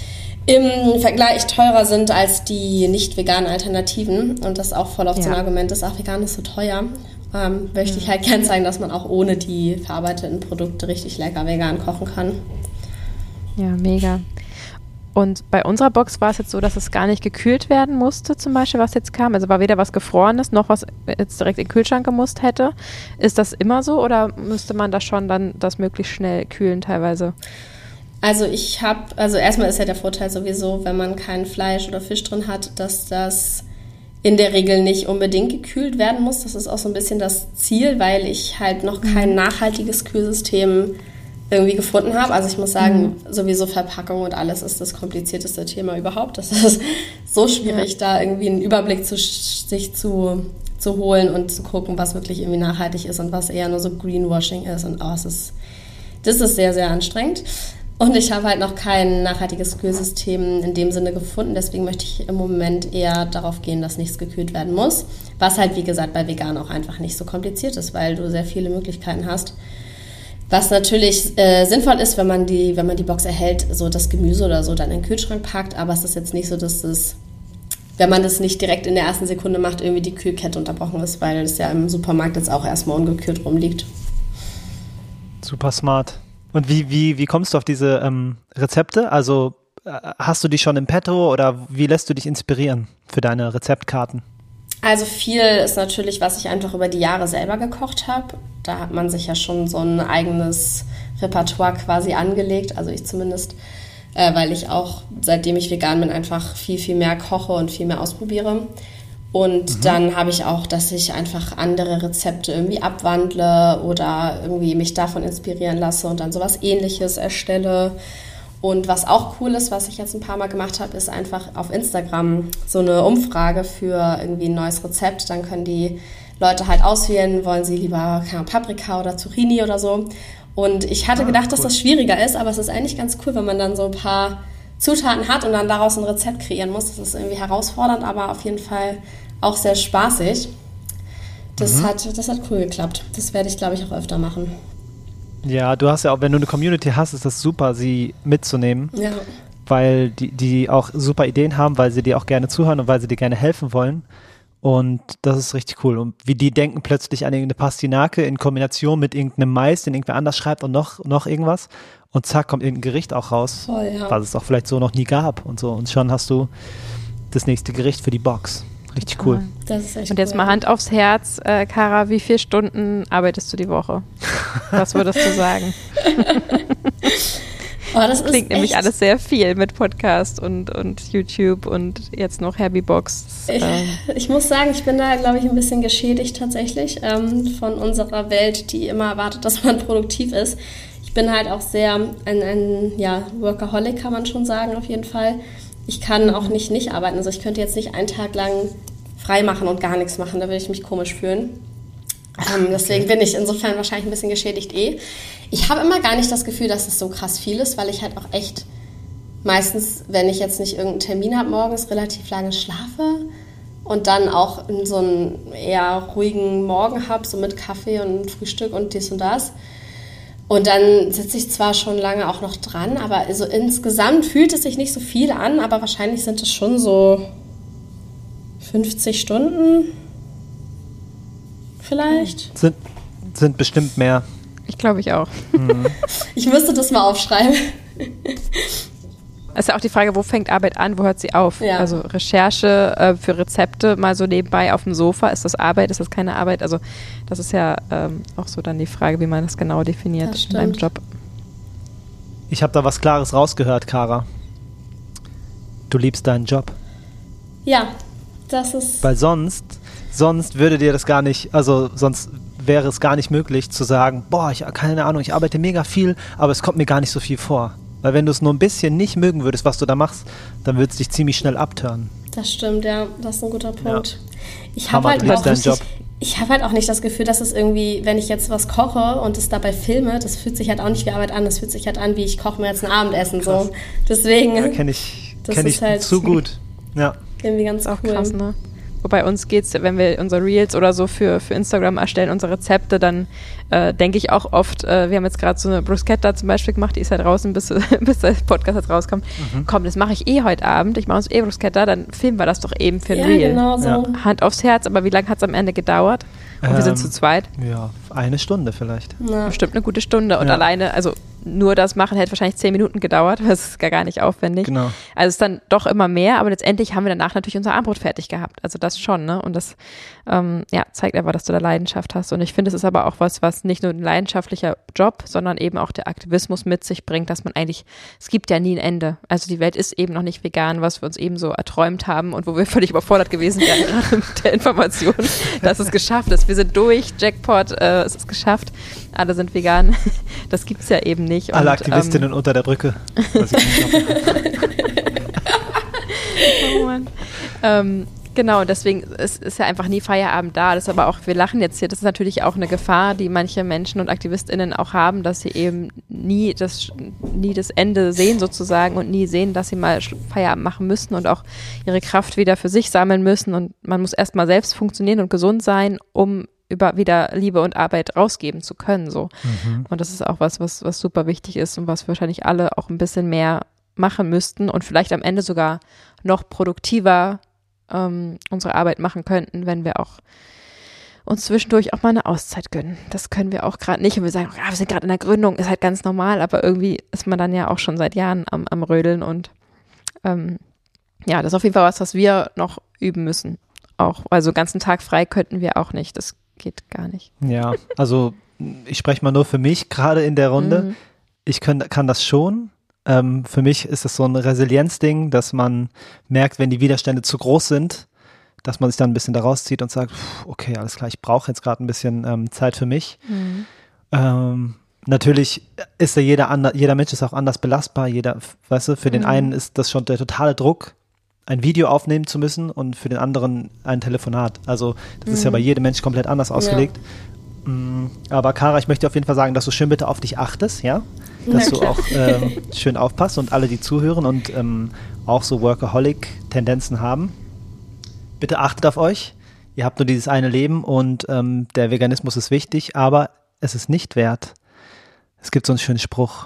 im Vergleich teurer sind als die nicht veganen Alternativen. Und das auch voll oft so ein Ja. Argument ist, ach, vegan ist so teuer. Ähm, möchte ich halt gern zeigen, dass man auch ohne die verarbeiteten Produkte richtig lecker vegan kochen kann. Ja, mega. Und bei unserer Box war es jetzt so, dass es gar nicht gekühlt werden musste, zum Beispiel, was jetzt kam. Also war weder was Gefrorenes, noch was jetzt direkt in den Kühlschrank gemusst hätte. Ist das immer so oder müsste man da schon dann das möglichst schnell kühlen teilweise? Also ich habe, also erstmal ist ja der Vorteil sowieso, wenn man kein Fleisch oder Fisch drin hat, dass das in der Regel nicht unbedingt gekühlt werden muss. Das ist auch so ein bisschen das Ziel, weil ich halt noch kein nachhaltiges Kühlsystem irgendwie gefunden habe. Also ich muss sagen, mhm. sowieso Verpackung und alles ist das komplizierteste Thema überhaupt. Das ist so schwierig, ja. da irgendwie einen Überblick zu sich zu, zu holen und zu gucken, was wirklich irgendwie nachhaltig ist und was eher nur so Greenwashing ist. Und oh, es ist, das ist sehr, sehr anstrengend. Und ich habe halt noch kein nachhaltiges Kühlsystem in dem Sinne gefunden. Deswegen möchte ich im Moment eher darauf gehen, dass nichts gekühlt werden muss. Was halt, wie gesagt, bei vegan auch einfach nicht so kompliziert ist, weil du sehr viele Möglichkeiten hast. Was natürlich äh, sinnvoll ist, wenn man die, wenn man die Box erhält, so das Gemüse oder so dann in den Kühlschrank packt. Aber es ist jetzt nicht so, dass das wenn man das nicht direkt in der ersten Sekunde macht, irgendwie die Kühlkette unterbrochen ist, weil es ja im Supermarkt jetzt auch erstmal ungekühlt rumliegt. Super smart. Und wie, wie, wie kommst du auf diese ähm, Rezepte? Also äh, hast du die schon im Petto oder wie lässt du dich inspirieren für deine Rezeptkarten? Also viel ist natürlich, was ich einfach über die Jahre selber gekocht habe. Da hat man sich ja schon so ein eigenes Repertoire quasi angelegt, also ich zumindest, äh, weil ich auch, seitdem ich vegan bin, einfach viel, viel mehr koche und viel mehr ausprobiere. Und mhm. dann habe ich auch, dass ich einfach andere Rezepte irgendwie abwandle oder irgendwie mich davon inspirieren lasse und dann sowas Ähnliches erstelle. Und was auch cool ist, was ich jetzt ein paar Mal gemacht habe, ist einfach auf Instagram so eine Umfrage für irgendwie ein neues Rezept. Dann können die Leute halt auswählen, wollen sie lieber keine Ahnung, Paprika oder Zucchini oder so. Und ich hatte ah, gedacht, cool. dass das schwieriger ist, aber es ist eigentlich ganz cool, wenn man dann so ein paar Zutaten hat und dann daraus ein Rezept kreieren muss. Das ist irgendwie herausfordernd, aber auf jeden Fall auch sehr spaßig. Das, mhm. hat, das hat cool geklappt. Das werde ich, glaube ich, auch öfter machen. Ja, du hast ja auch, wenn du eine Community hast, ist das super, sie mitzunehmen, ja. weil die, die auch super Ideen haben, weil sie dir auch gerne zuhören und weil sie dir gerne helfen wollen. Und das ist richtig cool. Und wie die denken plötzlich an irgendeine Pastinake in Kombination mit irgendeinem Mais, den irgendwer anders schreibt und noch, noch irgendwas. Und zack, kommt irgendein Gericht auch raus, Voll, ja. was es auch vielleicht so noch nie gab und so. Und schon hast du das nächste Gericht für die Box. Richtig cool. Das ist echt und jetzt cool. mal Hand aufs Herz, äh, Kara, wie viele Stunden arbeitest du die Woche? Was würdest du sagen? Oh, das klingt ist nämlich echt alles sehr viel mit Podcast und, und YouTube und jetzt noch Happybox. Ich, ähm. ich muss sagen, ich bin da, glaube ich, ein bisschen geschädigt tatsächlich ähm, von unserer Welt, die immer erwartet, dass man produktiv ist. Ich bin halt auch sehr ein, ein ja, Workaholic, kann man schon sagen, auf jeden Fall. Ich kann auch nicht nicht arbeiten. Also ich könnte jetzt nicht einen Tag lang frei machen und gar nichts machen. Da würde ich mich komisch fühlen. Ähm, deswegen bin ich insofern wahrscheinlich ein bisschen geschädigt eh. Ich habe immer gar nicht das Gefühl, dass es so krass viel ist, weil ich halt auch echt meistens, wenn ich jetzt nicht irgendeinen Termin habe morgens, relativ lange schlafe und dann auch in so einen eher ruhigen Morgen habe, so mit Kaffee und Frühstück und dies und das. Und dann sitze ich zwar schon lange auch noch dran, aber also insgesamt fühlt es sich nicht so viel an, aber wahrscheinlich sind es schon so fünfzig Stunden vielleicht. Sind, sind bestimmt mehr. Ich glaube, ich auch. Mhm. Ich müsste das mal aufschreiben. Es ist ja auch die Frage, wo fängt Arbeit an, wo hört sie auf? Ja. Also Recherche äh, für Rezepte mal so nebenbei auf dem Sofa, ist das Arbeit, ist das keine Arbeit? Also das ist ja ähm, auch so dann die Frage, wie man das genau definiert Das in einem stimmt. Job. Ich habe da was Klares rausgehört, Kara. Du liebst deinen Job. Ja, das ist... Weil sonst, sonst würde dir das gar nicht, also sonst wäre es gar nicht möglich zu sagen, boah, ich keine Ahnung, ich arbeite mega viel, aber es kommt mir gar nicht so viel vor. Weil wenn du es nur ein bisschen nicht mögen würdest, was du da machst, dann würde es dich ziemlich schnell abtören. Das stimmt, ja, das ist ein guter Punkt. Ja. Ich habe Hammer, halt du liebst auch deinen richtig, Job. ich habe halt auch nicht das Gefühl, dass es irgendwie, wenn ich jetzt was koche und es dabei filme, das fühlt sich halt auch nicht wie Arbeit an, das fühlt sich halt an, wie ich koche mir jetzt ein Abendessen. So. Deswegen. Ja, kenne ich, das kenn ist ich halt zu gut. Ja. Irgendwie ganz Auch cool. krass, ne? Wobei uns geht's, wenn wir unsere Reels oder so für, für Instagram erstellen, unsere Rezepte, dann äh, denke ich auch oft, äh, wir haben jetzt gerade so eine Bruschetta zum Beispiel gemacht, die ist halt draußen, bis, bis der Podcast jetzt rauskommt. Mhm. Komm, das mache ich eh heute Abend, ich mache uns eh Bruschetta, dann filmen wir das doch eben für ein Ja, Reel. genau so. Ja. Hand aufs Herz, aber wie lange hat es am Ende gedauert? Und wir sind Ähm, zu zweit. Ja, eine Stunde vielleicht. Ja. Bestimmt eine gute Stunde. Und Ja. alleine, also nur das machen hätte wahrscheinlich zehn Minuten gedauert. Das ist gar, gar nicht aufwendig. Genau. Also es ist dann doch immer mehr, aber letztendlich haben wir danach natürlich unser Abendbrot fertig gehabt. Also das schon, ne? Und das ähm, ja, zeigt einfach, dass du da Leidenschaft hast. Und ich finde, es ist aber auch was, was nicht nur ein leidenschaftlicher Job, sondern eben auch der Aktivismus mit sich bringt, dass man eigentlich, es gibt ja nie ein Ende. Also die Welt ist eben noch nicht vegan, was wir uns eben so erträumt haben und wo wir völlig überfordert gewesen wären gerade mit der Information, dass es geschafft ist. Wir sind durch, Jackpot, äh, es ist geschafft. Alle sind vegan. Das gibt's ja eben nicht. Alle und, Aktivistinnen ähm, unter der Brücke. Was ich nicht glaube. Oh Mann. Ähm, genau, deswegen ist, ist ja einfach nie Feierabend da. Das ist aber auch, wir lachen jetzt hier, das ist natürlich auch eine Gefahr, die manche Menschen und AktivistInnen auch haben, dass sie eben nie das, nie das Ende sehen sozusagen und nie sehen, dass sie mal Feierabend machen müssen und auch ihre Kraft wieder für sich sammeln müssen. Und man muss erstmal selbst funktionieren und gesund sein, um über wieder Liebe und Arbeit rausgeben zu können. So. Mhm. Und das ist auch was, was, was super wichtig ist und was wahrscheinlich alle auch ein bisschen mehr machen müssten und vielleicht am Ende sogar noch produktiver ähm, unsere Arbeit machen könnten, wenn wir auch uns zwischendurch auch mal eine Auszeit gönnen. Das können wir auch gerade nicht. Und wir sagen, ja, wir sind gerade in der Gründung, ist halt ganz normal, aber irgendwie ist man dann ja auch schon seit Jahren am, am Rödeln und ähm, ja, das ist auf jeden Fall was, was wir noch üben müssen. Auch, also ganzen Tag frei könnten wir auch nicht. Das geht gar nicht. Ja, also ich spreche mal nur für mich gerade in der Runde. Mhm. Ich kann, kann das schon. Ähm, für mich ist das so ein Resilienzding, dass man merkt, wenn die Widerstände zu groß sind, dass man sich dann ein bisschen da rauszieht und sagt, okay, alles klar, ich brauche jetzt gerade ein bisschen ähm, Zeit für mich. Mhm. Ähm, natürlich ist ja jeder, ander, jeder Mensch ist auch anders belastbar. Jeder, weißt du, für den Mhm. einen ist das schon der totale Druck, ein Video aufnehmen zu müssen und für den anderen ein Telefonat. Also das mhm. ist ja bei jedem Mensch komplett anders ausgelegt. Ja. Aber Kara, ich möchte auf jeden Fall sagen, dass du schön bitte auf dich achtest, ja? Dass du auch ähm, schön aufpasst und alle, die zuhören und ähm, auch so Workaholic-Tendenzen haben, bitte achtet auf euch. Ihr habt nur dieses eine Leben und ähm, der Veganismus ist wichtig, aber es ist nicht wert. Es gibt so einen schönen Spruch.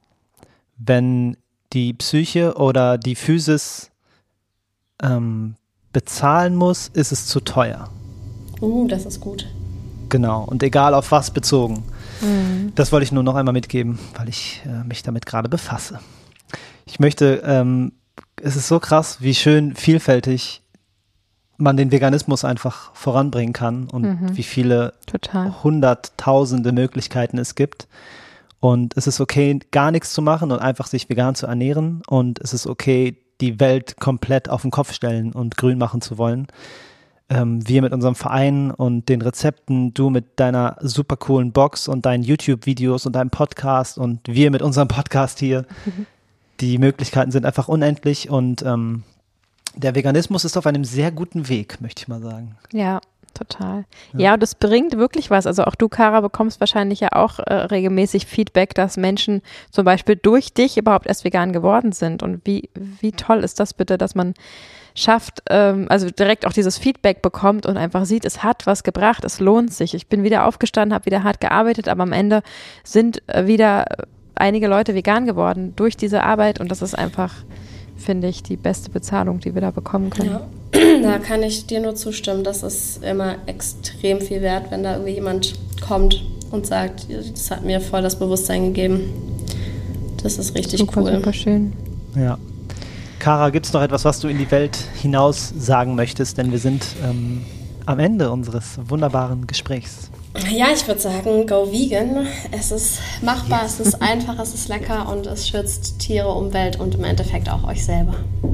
Wenn die Psyche oder die Physis ähm, bezahlen muss, ist es zu teuer. Uh, das ist gut. Genau, und egal auf was bezogen. Mhm. Das wollte ich nur noch einmal mitgeben, weil ich äh, mich damit gerade befasse. Ich möchte, ähm, es ist so krass, wie schön vielfältig man den Veganismus einfach voranbringen kann und Mhm. wie viele Total. hunderttausende Möglichkeiten es gibt. Und es ist okay, gar nichts zu machen und einfach sich vegan zu ernähren. Und es ist okay, die Welt komplett auf den Kopf stellen und grün machen zu wollen. Ähm, wir mit unserem Verein und den Rezepten, du mit deiner super coolen Box und deinen YouTube-Videos und deinem Podcast und wir mit unserem Podcast hier. Mhm. Die Möglichkeiten sind einfach unendlich und ähm, der Veganismus ist auf einem sehr guten Weg, möchte ich mal sagen. Ja, total. Ja. Ja, und das bringt wirklich was. Also auch du, Kara, bekommst wahrscheinlich ja auch äh, regelmäßig Feedback, dass Menschen zum Beispiel durch dich überhaupt erst vegan geworden sind. Und wie, wie toll ist das bitte, dass man schafft, ähm, also direkt auch dieses Feedback bekommt und einfach sieht, es hat was gebracht, es lohnt sich. Ich bin wieder aufgestanden, habe wieder hart gearbeitet, aber am Ende sind äh, wieder einige Leute vegan geworden durch diese Arbeit und das ist einfach, finde ich, die beste Bezahlung, die wir da bekommen können. Ja, da kann ich dir nur zustimmen. Das ist immer extrem viel wert, wenn da irgendwie jemand kommt und sagt, das hat mir voll das Bewusstsein gegeben. Das ist richtig super, cool. Super schön. Ja. Kara, gibt es noch etwas, was du in die Welt hinaus sagen möchtest? Denn wir sind ähm, am Ende unseres wunderbaren Gesprächs. Ja, ich würde sagen, go vegan. Es ist machbar, yes. Es ist einfach, es ist lecker und es schützt Tiere, Umwelt und im Endeffekt auch euch selber.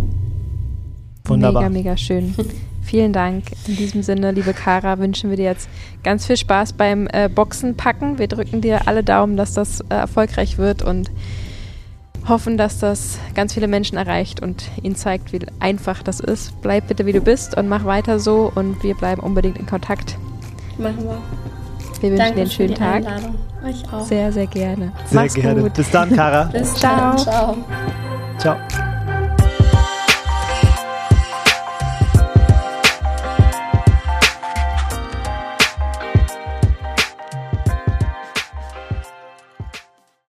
Wunderbar. Mega, mega schön. Vielen Dank. In diesem Sinne, liebe Kara, wünschen wir dir jetzt ganz viel Spaß beim äh, Boxen packen. Wir drücken dir alle Daumen, dass das äh, erfolgreich wird und hoffen, dass das ganz viele Menschen erreicht und ihnen zeigt, wie einfach das ist. Bleib bitte, wie du bist und mach weiter so und wir bleiben unbedingt in Kontakt. Machen wir. Wir wünschen Danke dir einen schönen für die Tag. Einladung. Euch auch. Sehr, sehr gerne. Sehr Mach's gerne. gut. Bis dann, Kara. Bis Ciao. dann. Ciao. Ciao.